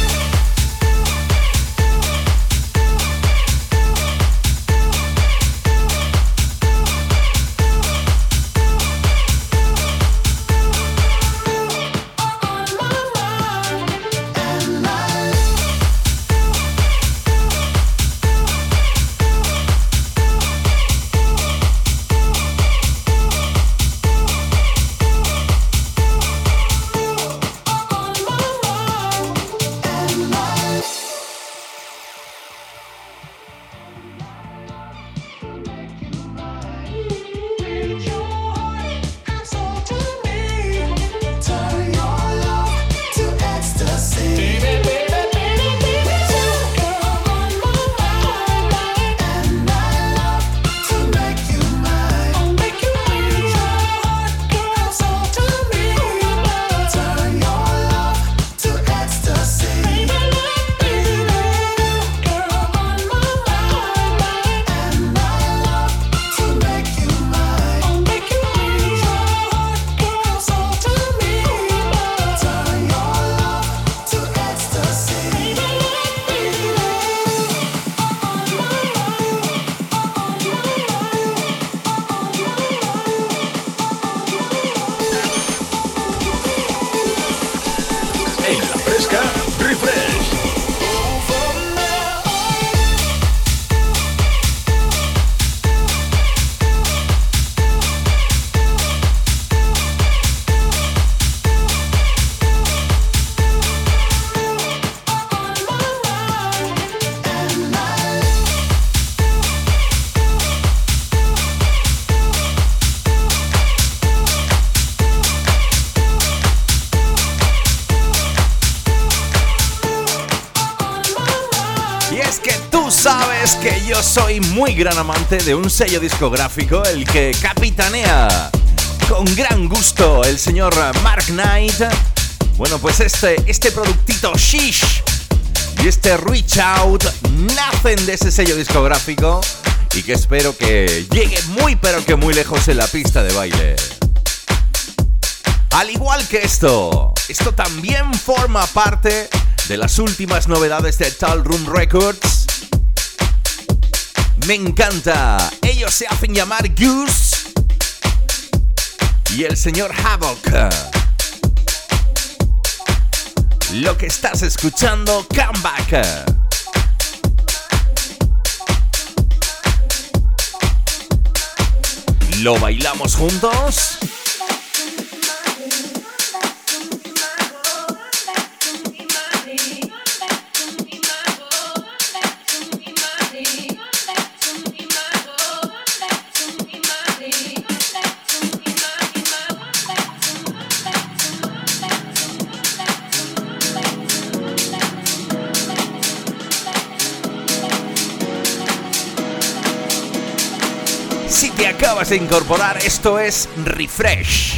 Que yo soy muy gran amante de un sello discográfico, el que capitanea con gran gusto el señor Mark Knight. Bueno, pues este, este productito Shish y este Reach Out nacen de ese sello discográfico y que espero que llegue muy pero que muy lejos en la pista de baile. Al igual que esto, esto también forma parte de las últimas novedades de Tall Room Records. Me encanta. Ellos se hacen llamar Goose y el señor Havoc. Lo que estás escuchando, Come Back. ¿Lo bailamos juntos? Si te acabas de incorporar, esto es Refresh.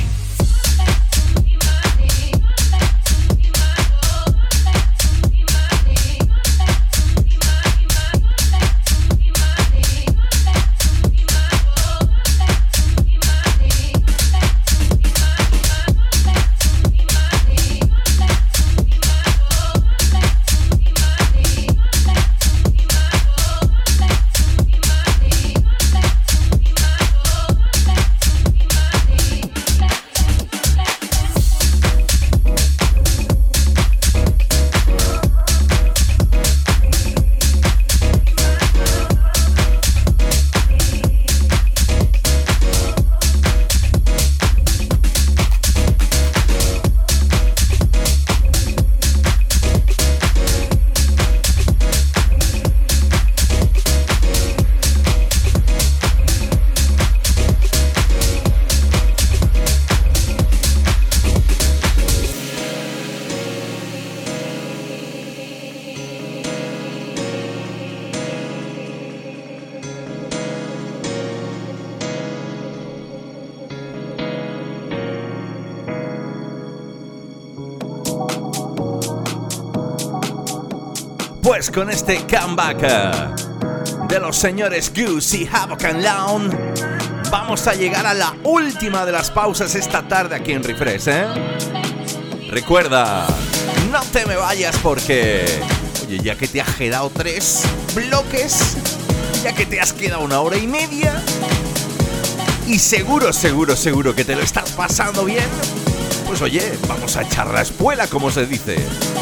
pues con este comeback de los señores Goose y Havoc and Lounge, vamos a llegar a la última de las pausas esta tarde aquí en Refresh, ¿eh? Recuerda, no te me vayas porque, oye, ya que te has quedado tres bloques, ya que te has quedado una hora y media, y seguro, seguro, seguro que te lo estás pasando bien, pues oye, vamos a echar la espuela, como se dice.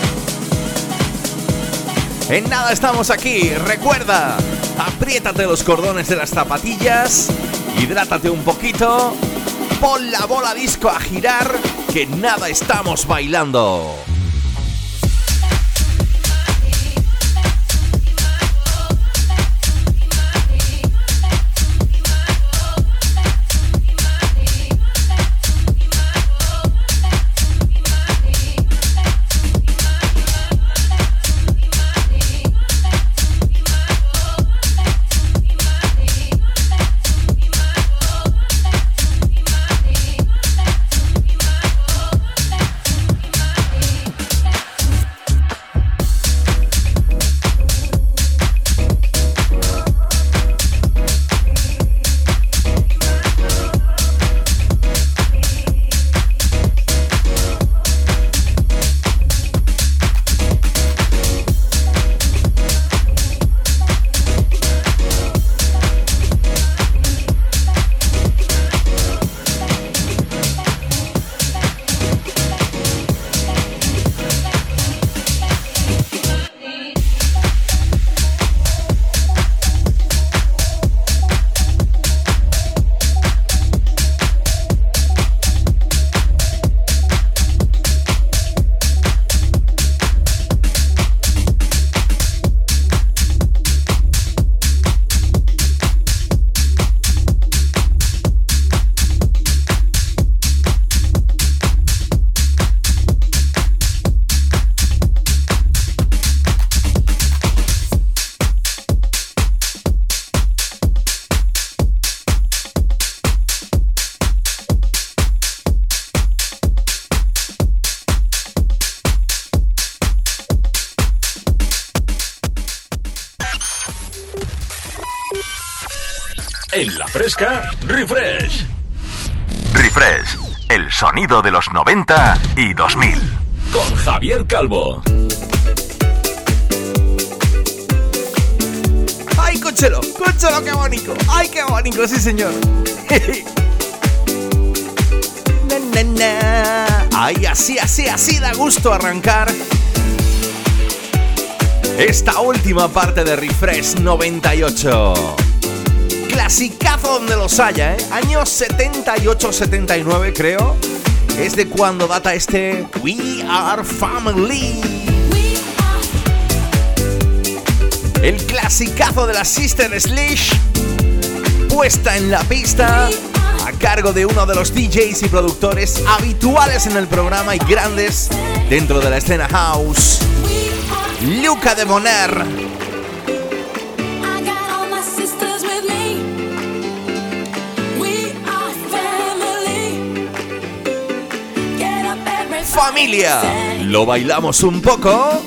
En nada estamos aquí, recuerda, apriétate los cordones de las zapatillas, hidrátate un poquito, pon la bola disco a girar, que nada estamos bailando. En La Fresca, Refresh. Refresh, el sonido de los noventa y dos mil. Con Javier Calvo. ¡Ay, Conchelo! ¡Conchelo, qué bonito! ¡Ay, qué bonito! ¡Sí, señor! na, na, na. ¡Ay, así, así, así da gusto arrancar esta última parte de Refresh noventa y ocho! Clasicazo donde los haya, ¿eh? Años setenta y ocho setenta y nueve, creo. Es de cuando data este We Are Family. El clasicazo de la Sister Sledge, puesta en la pista a cargo de uno de los D Js y productores habituales en el programa y grandes dentro de la escena house, Luca de Bonaire. Familia, ¿lo bailamos un poco?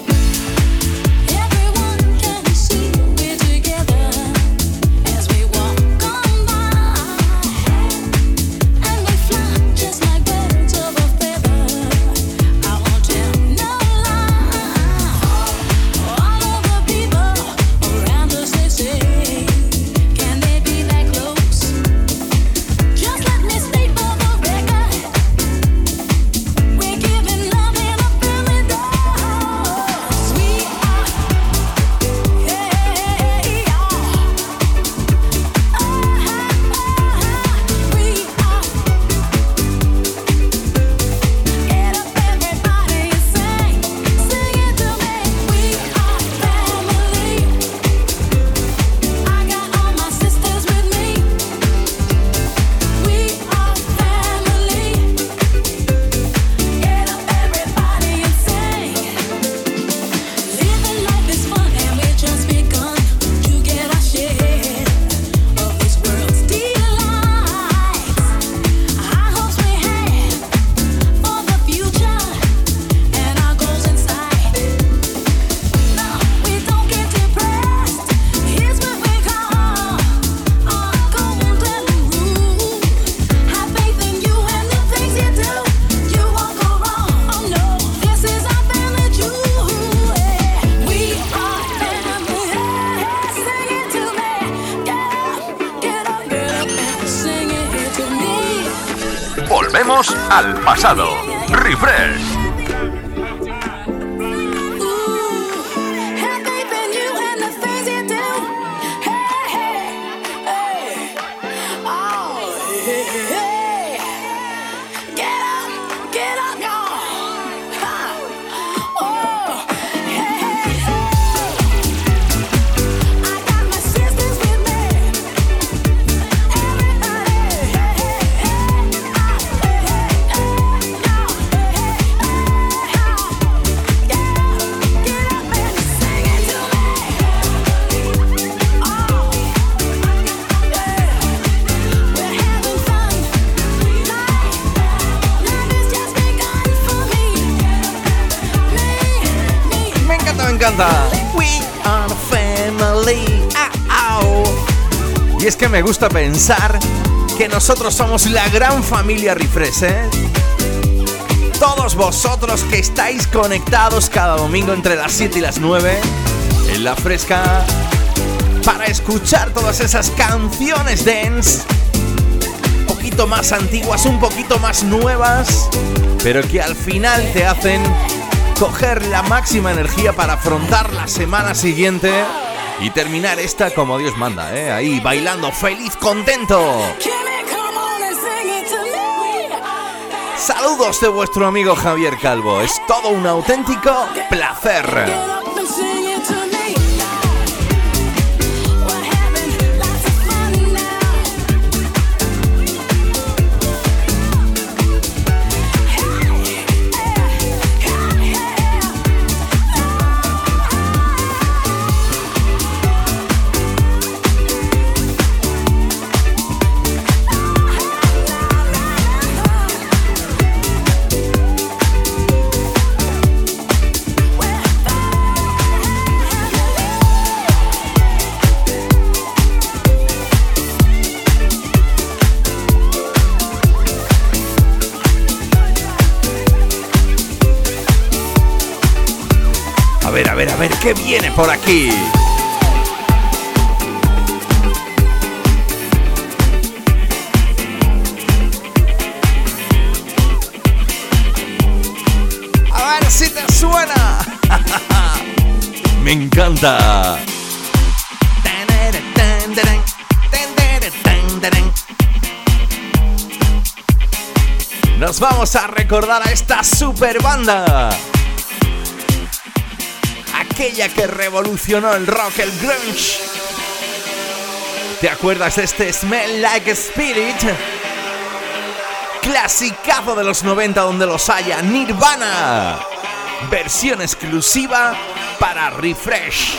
Volvemos al pasado. Refresh. We are family. Ah, oh. Y es que me gusta pensar que nosotros somos la gran familia Refresh, ¿eh? Todos vosotros que estáis conectados cada domingo entre las siete y las nueve en La Fresca para escuchar todas esas canciones dance, un poquito más antiguas, un poquito más nuevas, pero que al final te hacen coger la máxima energía para afrontar la semana siguiente y terminar esta como Dios manda, ¿eh? Ahí bailando feliz, contento. Saludos de vuestro amigo Javier Calvo. Es todo un auténtico placer. A ver, a ver, a ver, ¿qué viene por aquí? A ver si te suena. Me encanta. Nos vamos a recordar a esta super banda, aquella que revolucionó el rock, el grunge. ¿Te acuerdas de este Smell Like Spirit? Clasicazo de los noventa donde los haya. Nirvana, versión exclusiva para Refresh.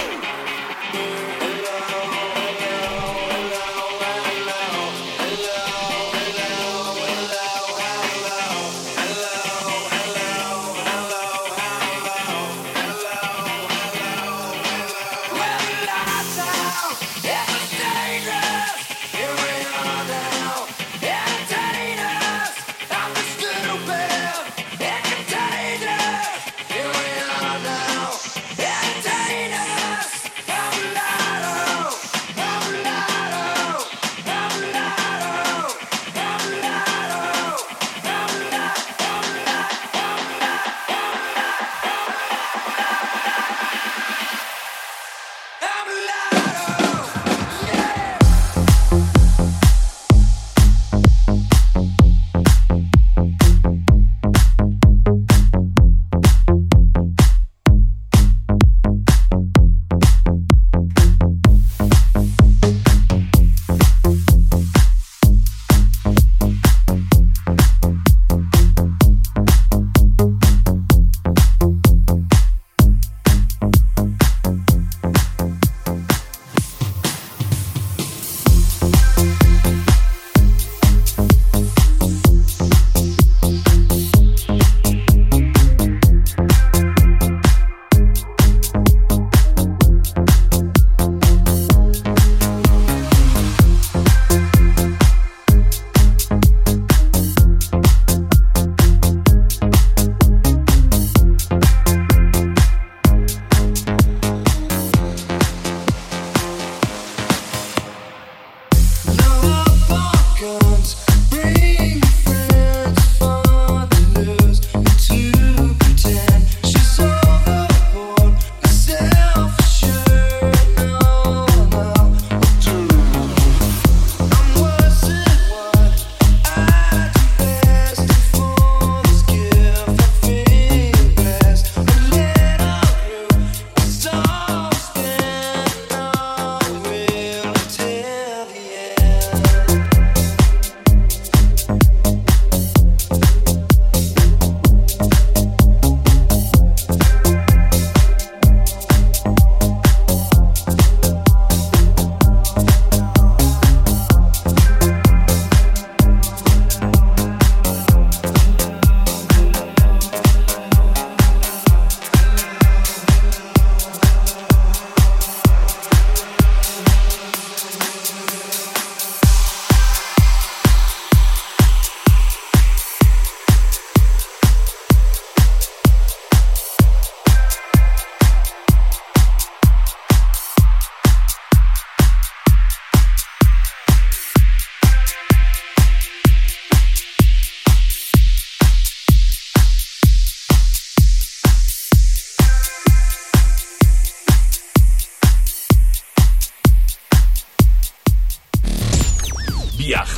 Entertain us.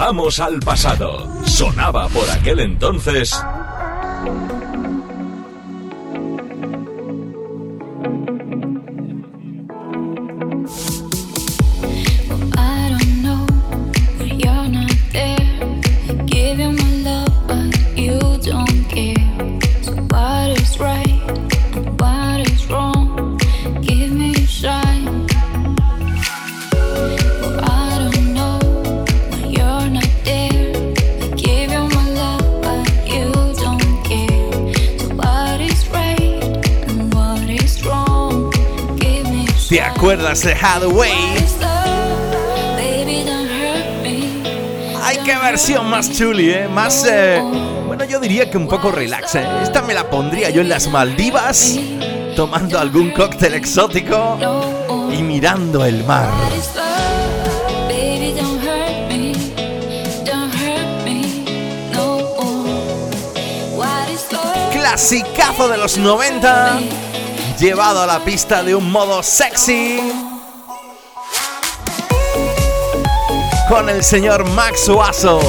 Viajamos al pasado. Sonaba por aquel entonces. ¿Te acuerdas de Hathaway? Ay, qué versión más chuli, ¿eh? Más, eh, bueno, yo diría que un poco relax, ¿eh? Esta me la pondría yo en las Maldivas, tomando algún cóctel exótico y mirando el mar. Clasicazo de los noventa, llevado a la pista de un modo sexy, con el señor Max Oazo.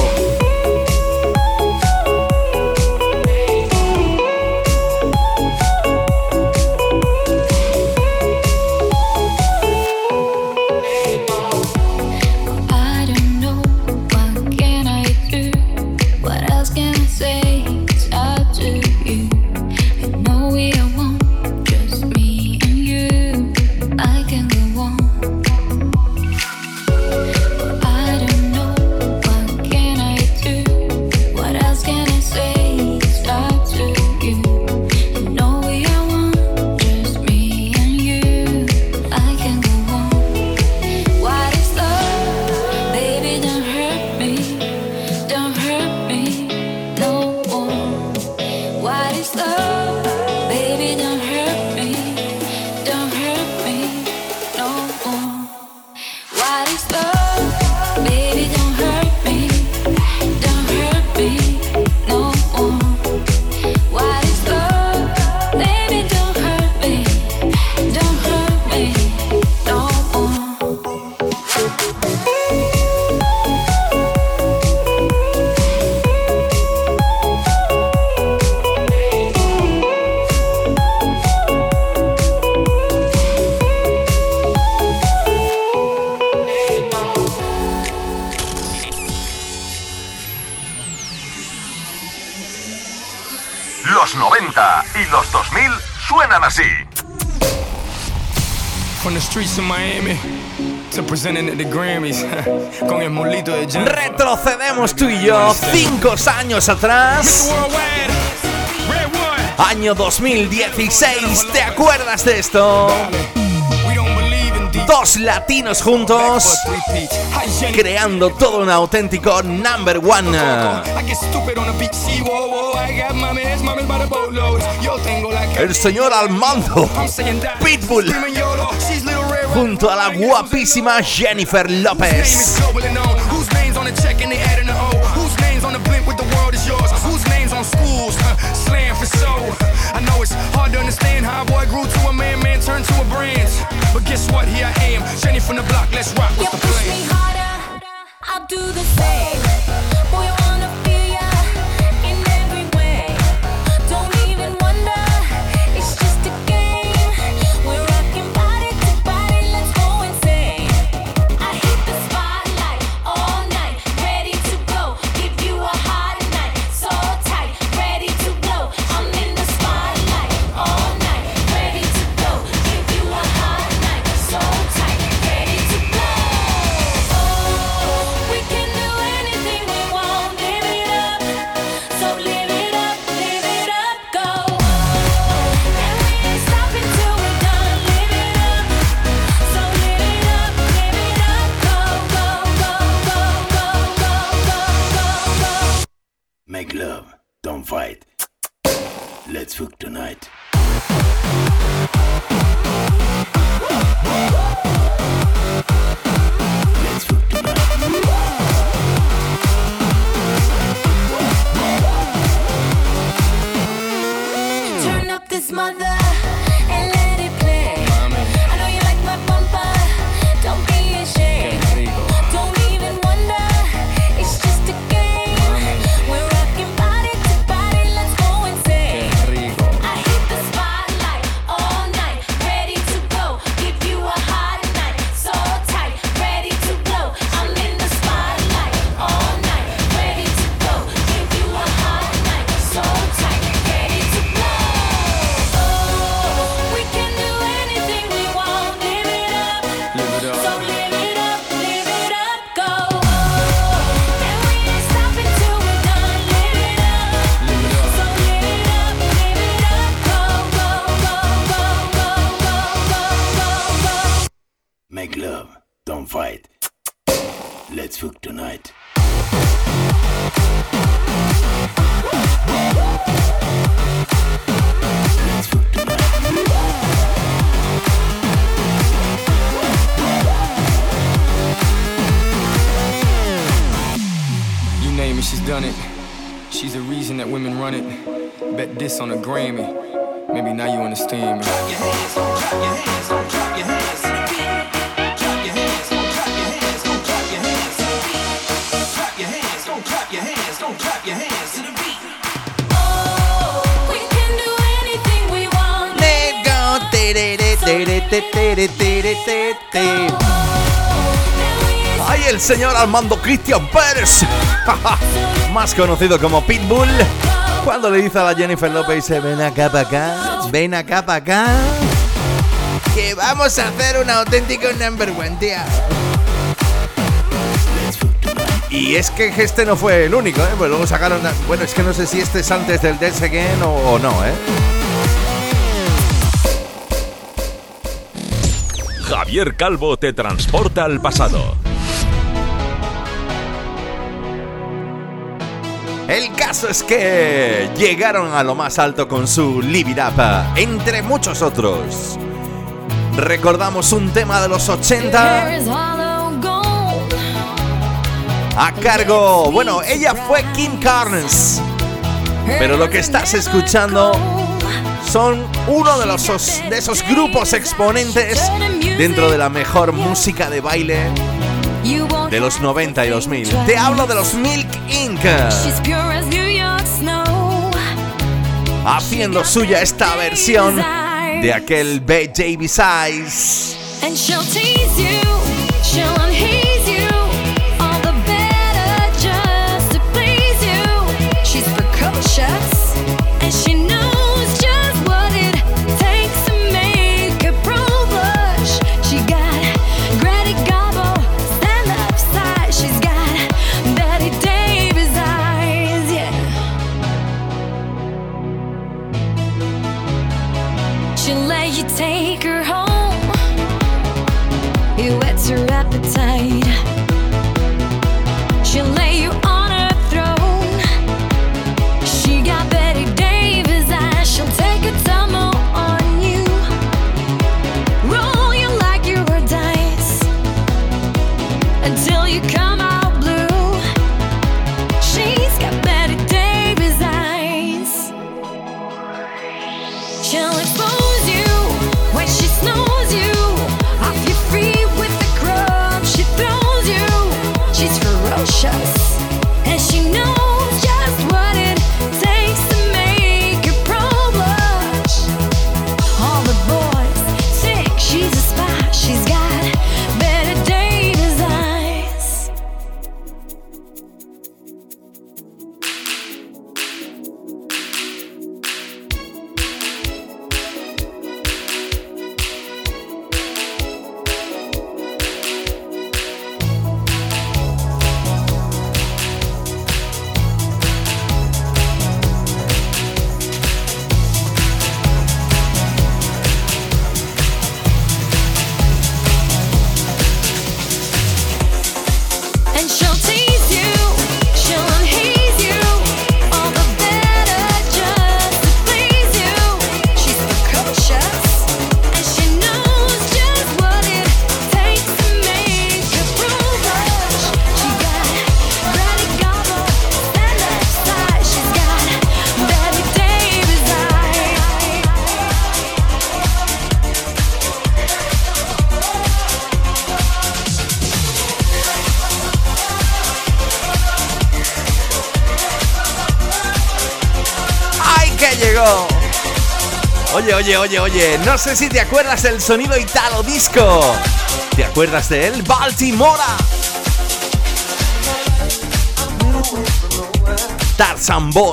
Los noventa y los dos mil suenan así. From the streets of Miami to presenting at the Grammys con el molito de Jennifer. Retrocedemos tú y yo cinco años atrás. Año dos mil dieciséis, ¿te acuerdas de esto? Dos latinos juntos, creando todo un auténtico number one. El señor Armando Pitbull, junto a la guapísima Jennifer López. I know it's hard to understand how a boy grew to a man, man turned to a brand. But guess what? Here I am, Jenny from the block. Let's rock. What's the plan? You push me harder, I'll do the same. Boy, I wanna feel ya in every way. Don't even wonder, it's just a game. We're rocking body to body, let's go insane. I hit the spotlight all night, ready to go. Give you a hot night, so tight, ready to blow. I'm in the spotlight all night, ready to go. Give you a hot night, so tight, ready to blow. Oh, we can do anything we want, live it up. So live it up, live it up, go. And we ain't stopping till we're done, live it up. So live it up, live it up, go, go, go, go, go, go, go, go, go. Make love, don't fight. Let's fuck tonight. Let's fuck tonight. Turn up this mother and let it play. I know you like my bumper, don't be ashamed. Don't even wonder, it's just She's the reason that women run it. Bet this on a Grammy. Maybe now you understand me. Clap your hands, don't clap your hands, don't clap your hands. Clap your hands, don't clap your hands, don't clap your hands. Clap your hands, don't clap your hands, don't clap your hands to the beat. Oh, we can do anything we want. Let go. Ay, el señor Armando Cristian Pérez, más conocido como Pitbull, cuando le dice a la Jennifer López, dice, ven acá para acá, ven acá para acá, que vamos a hacer un auténtico number one, tía. Y es que este no fue el único, ¿eh? Pues luego sacaron, bueno, es que no sé si este es antes del Dance Again o, o no, ¿eh? Javier Calvo te transporta al pasado. El caso es que llegaron a lo más alto con su Live It Up, entre muchos otros. Recordamos un tema de los ochenta a cargo, bueno, ella fue Kim Carnes, pero lo que estás escuchando son uno de, los, de esos grupos exponentes dentro de la mejor música de baile de los noventa y dos mil. Te hablo de los Milk Incorporated, haciendo suya esta versión de aquel B J Besides. And she'll tease you, she'll unhease you, all the better just to please you. She's precocious, and she knows just what it takes to make a pro blush. She got Grady Garbo, stand up side. She's got Betty Davis eyes, yeah. She'll let you take her home. It whets her appetite. She'll lay you on her throne. She got Betty Davis eyes. She'll take a tumble on you, roll you like you were dice until you come out blue. She's got Betty Davis eyes. She'll expose you when she snows you off your feet. She throws you, she's ferocious, and she knows just what it takes to make her pro blush. All the boys think she's a spy. She's got Betty Davis eyes. Oye, oye, oye, oye, no sé si te acuerdas del sonido italo disco. ¿Te acuerdas de él? Baltimora. Tarzan Boy.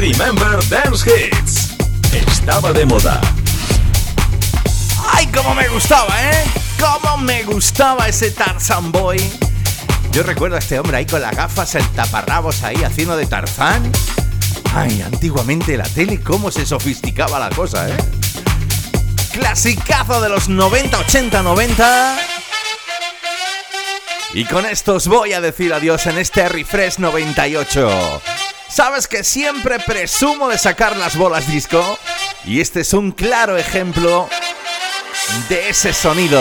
Remember Dance Hits. Estaba de moda. ¡Ay, cómo me gustaba, eh! ¡Cómo me gustaba ese Tarzan Boy! Yo recuerdo a este hombre ahí con las gafas, el taparrabos ahí haciendo de Tarzán. Ay, antiguamente la tele, cómo se sofisticaba la cosa, ¿eh? Clasicazo de los noventa, ochenta, noventa. Y con esto os voy a decir adiós en este Refresh noventa y ocho. Sabes que siempre presumo de sacar las bolas disco, y este es un claro ejemplo de ese sonido.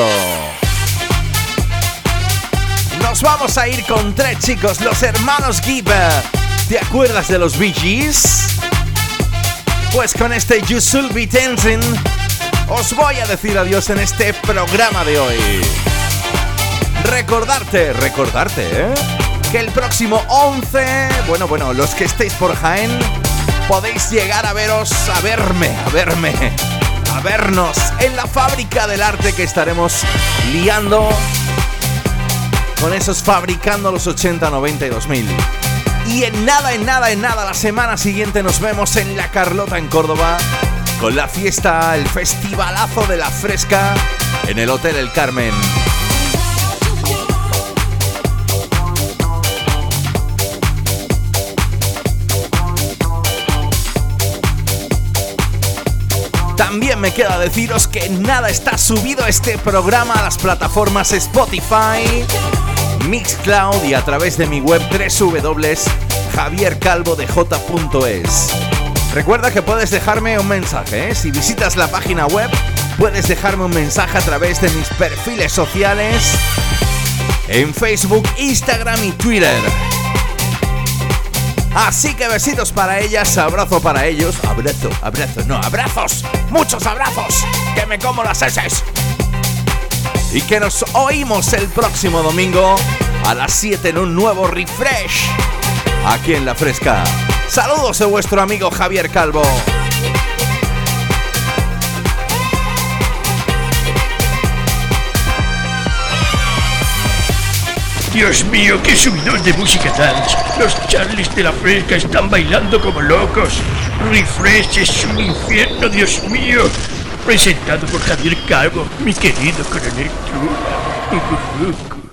Nos vamos a ir con tres chicos, los hermanos Gibb. ¿Te acuerdas de los Bee Gees? Pues con este You Should Be Dancing os voy a decir adiós en este programa de hoy. Recordarte, recordarte, ¿eh? Que el próximo once, bueno, bueno, los que estéis por Jaén, podéis llegar a veros, a verme, a verme, a vernos en la Fábrica del Arte que estaremos liando con esos Fabricando los ochenta, noventa y dos mil. Y en nada, en nada, en nada, la semana siguiente nos vemos en La Carlota en Córdoba con la fiesta, el festivalazo de la fresca en el Hotel El Carmen. También me queda deciros que nada está subido este programa a las plataformas Spotify, Mixcloud y a través de mi web doble u doble u doble u punto javier calvo d j punto es. Recuerda que puedes dejarme un mensaje, ¿eh? Si visitas la página web, puedes dejarme un mensaje a través de mis perfiles sociales en Facebook, Instagram y Twitter. Así que besitos para ellas, abrazo para ellos. Abrazo, abrazo, no, abrazos. Muchos abrazos, que me como las heces. Y que nos oímos el próximo domingo a las siete en un nuevo Refresh aquí en La Fresca. Saludos de vuestro amigo Javier Calvo. Dios mío, qué subidón de música dance. Los Charlies de La Fresca están bailando como locos. Refresh es un infierno, Dios mío. Presentado por Javier Calvo, mi querido coronel Trula.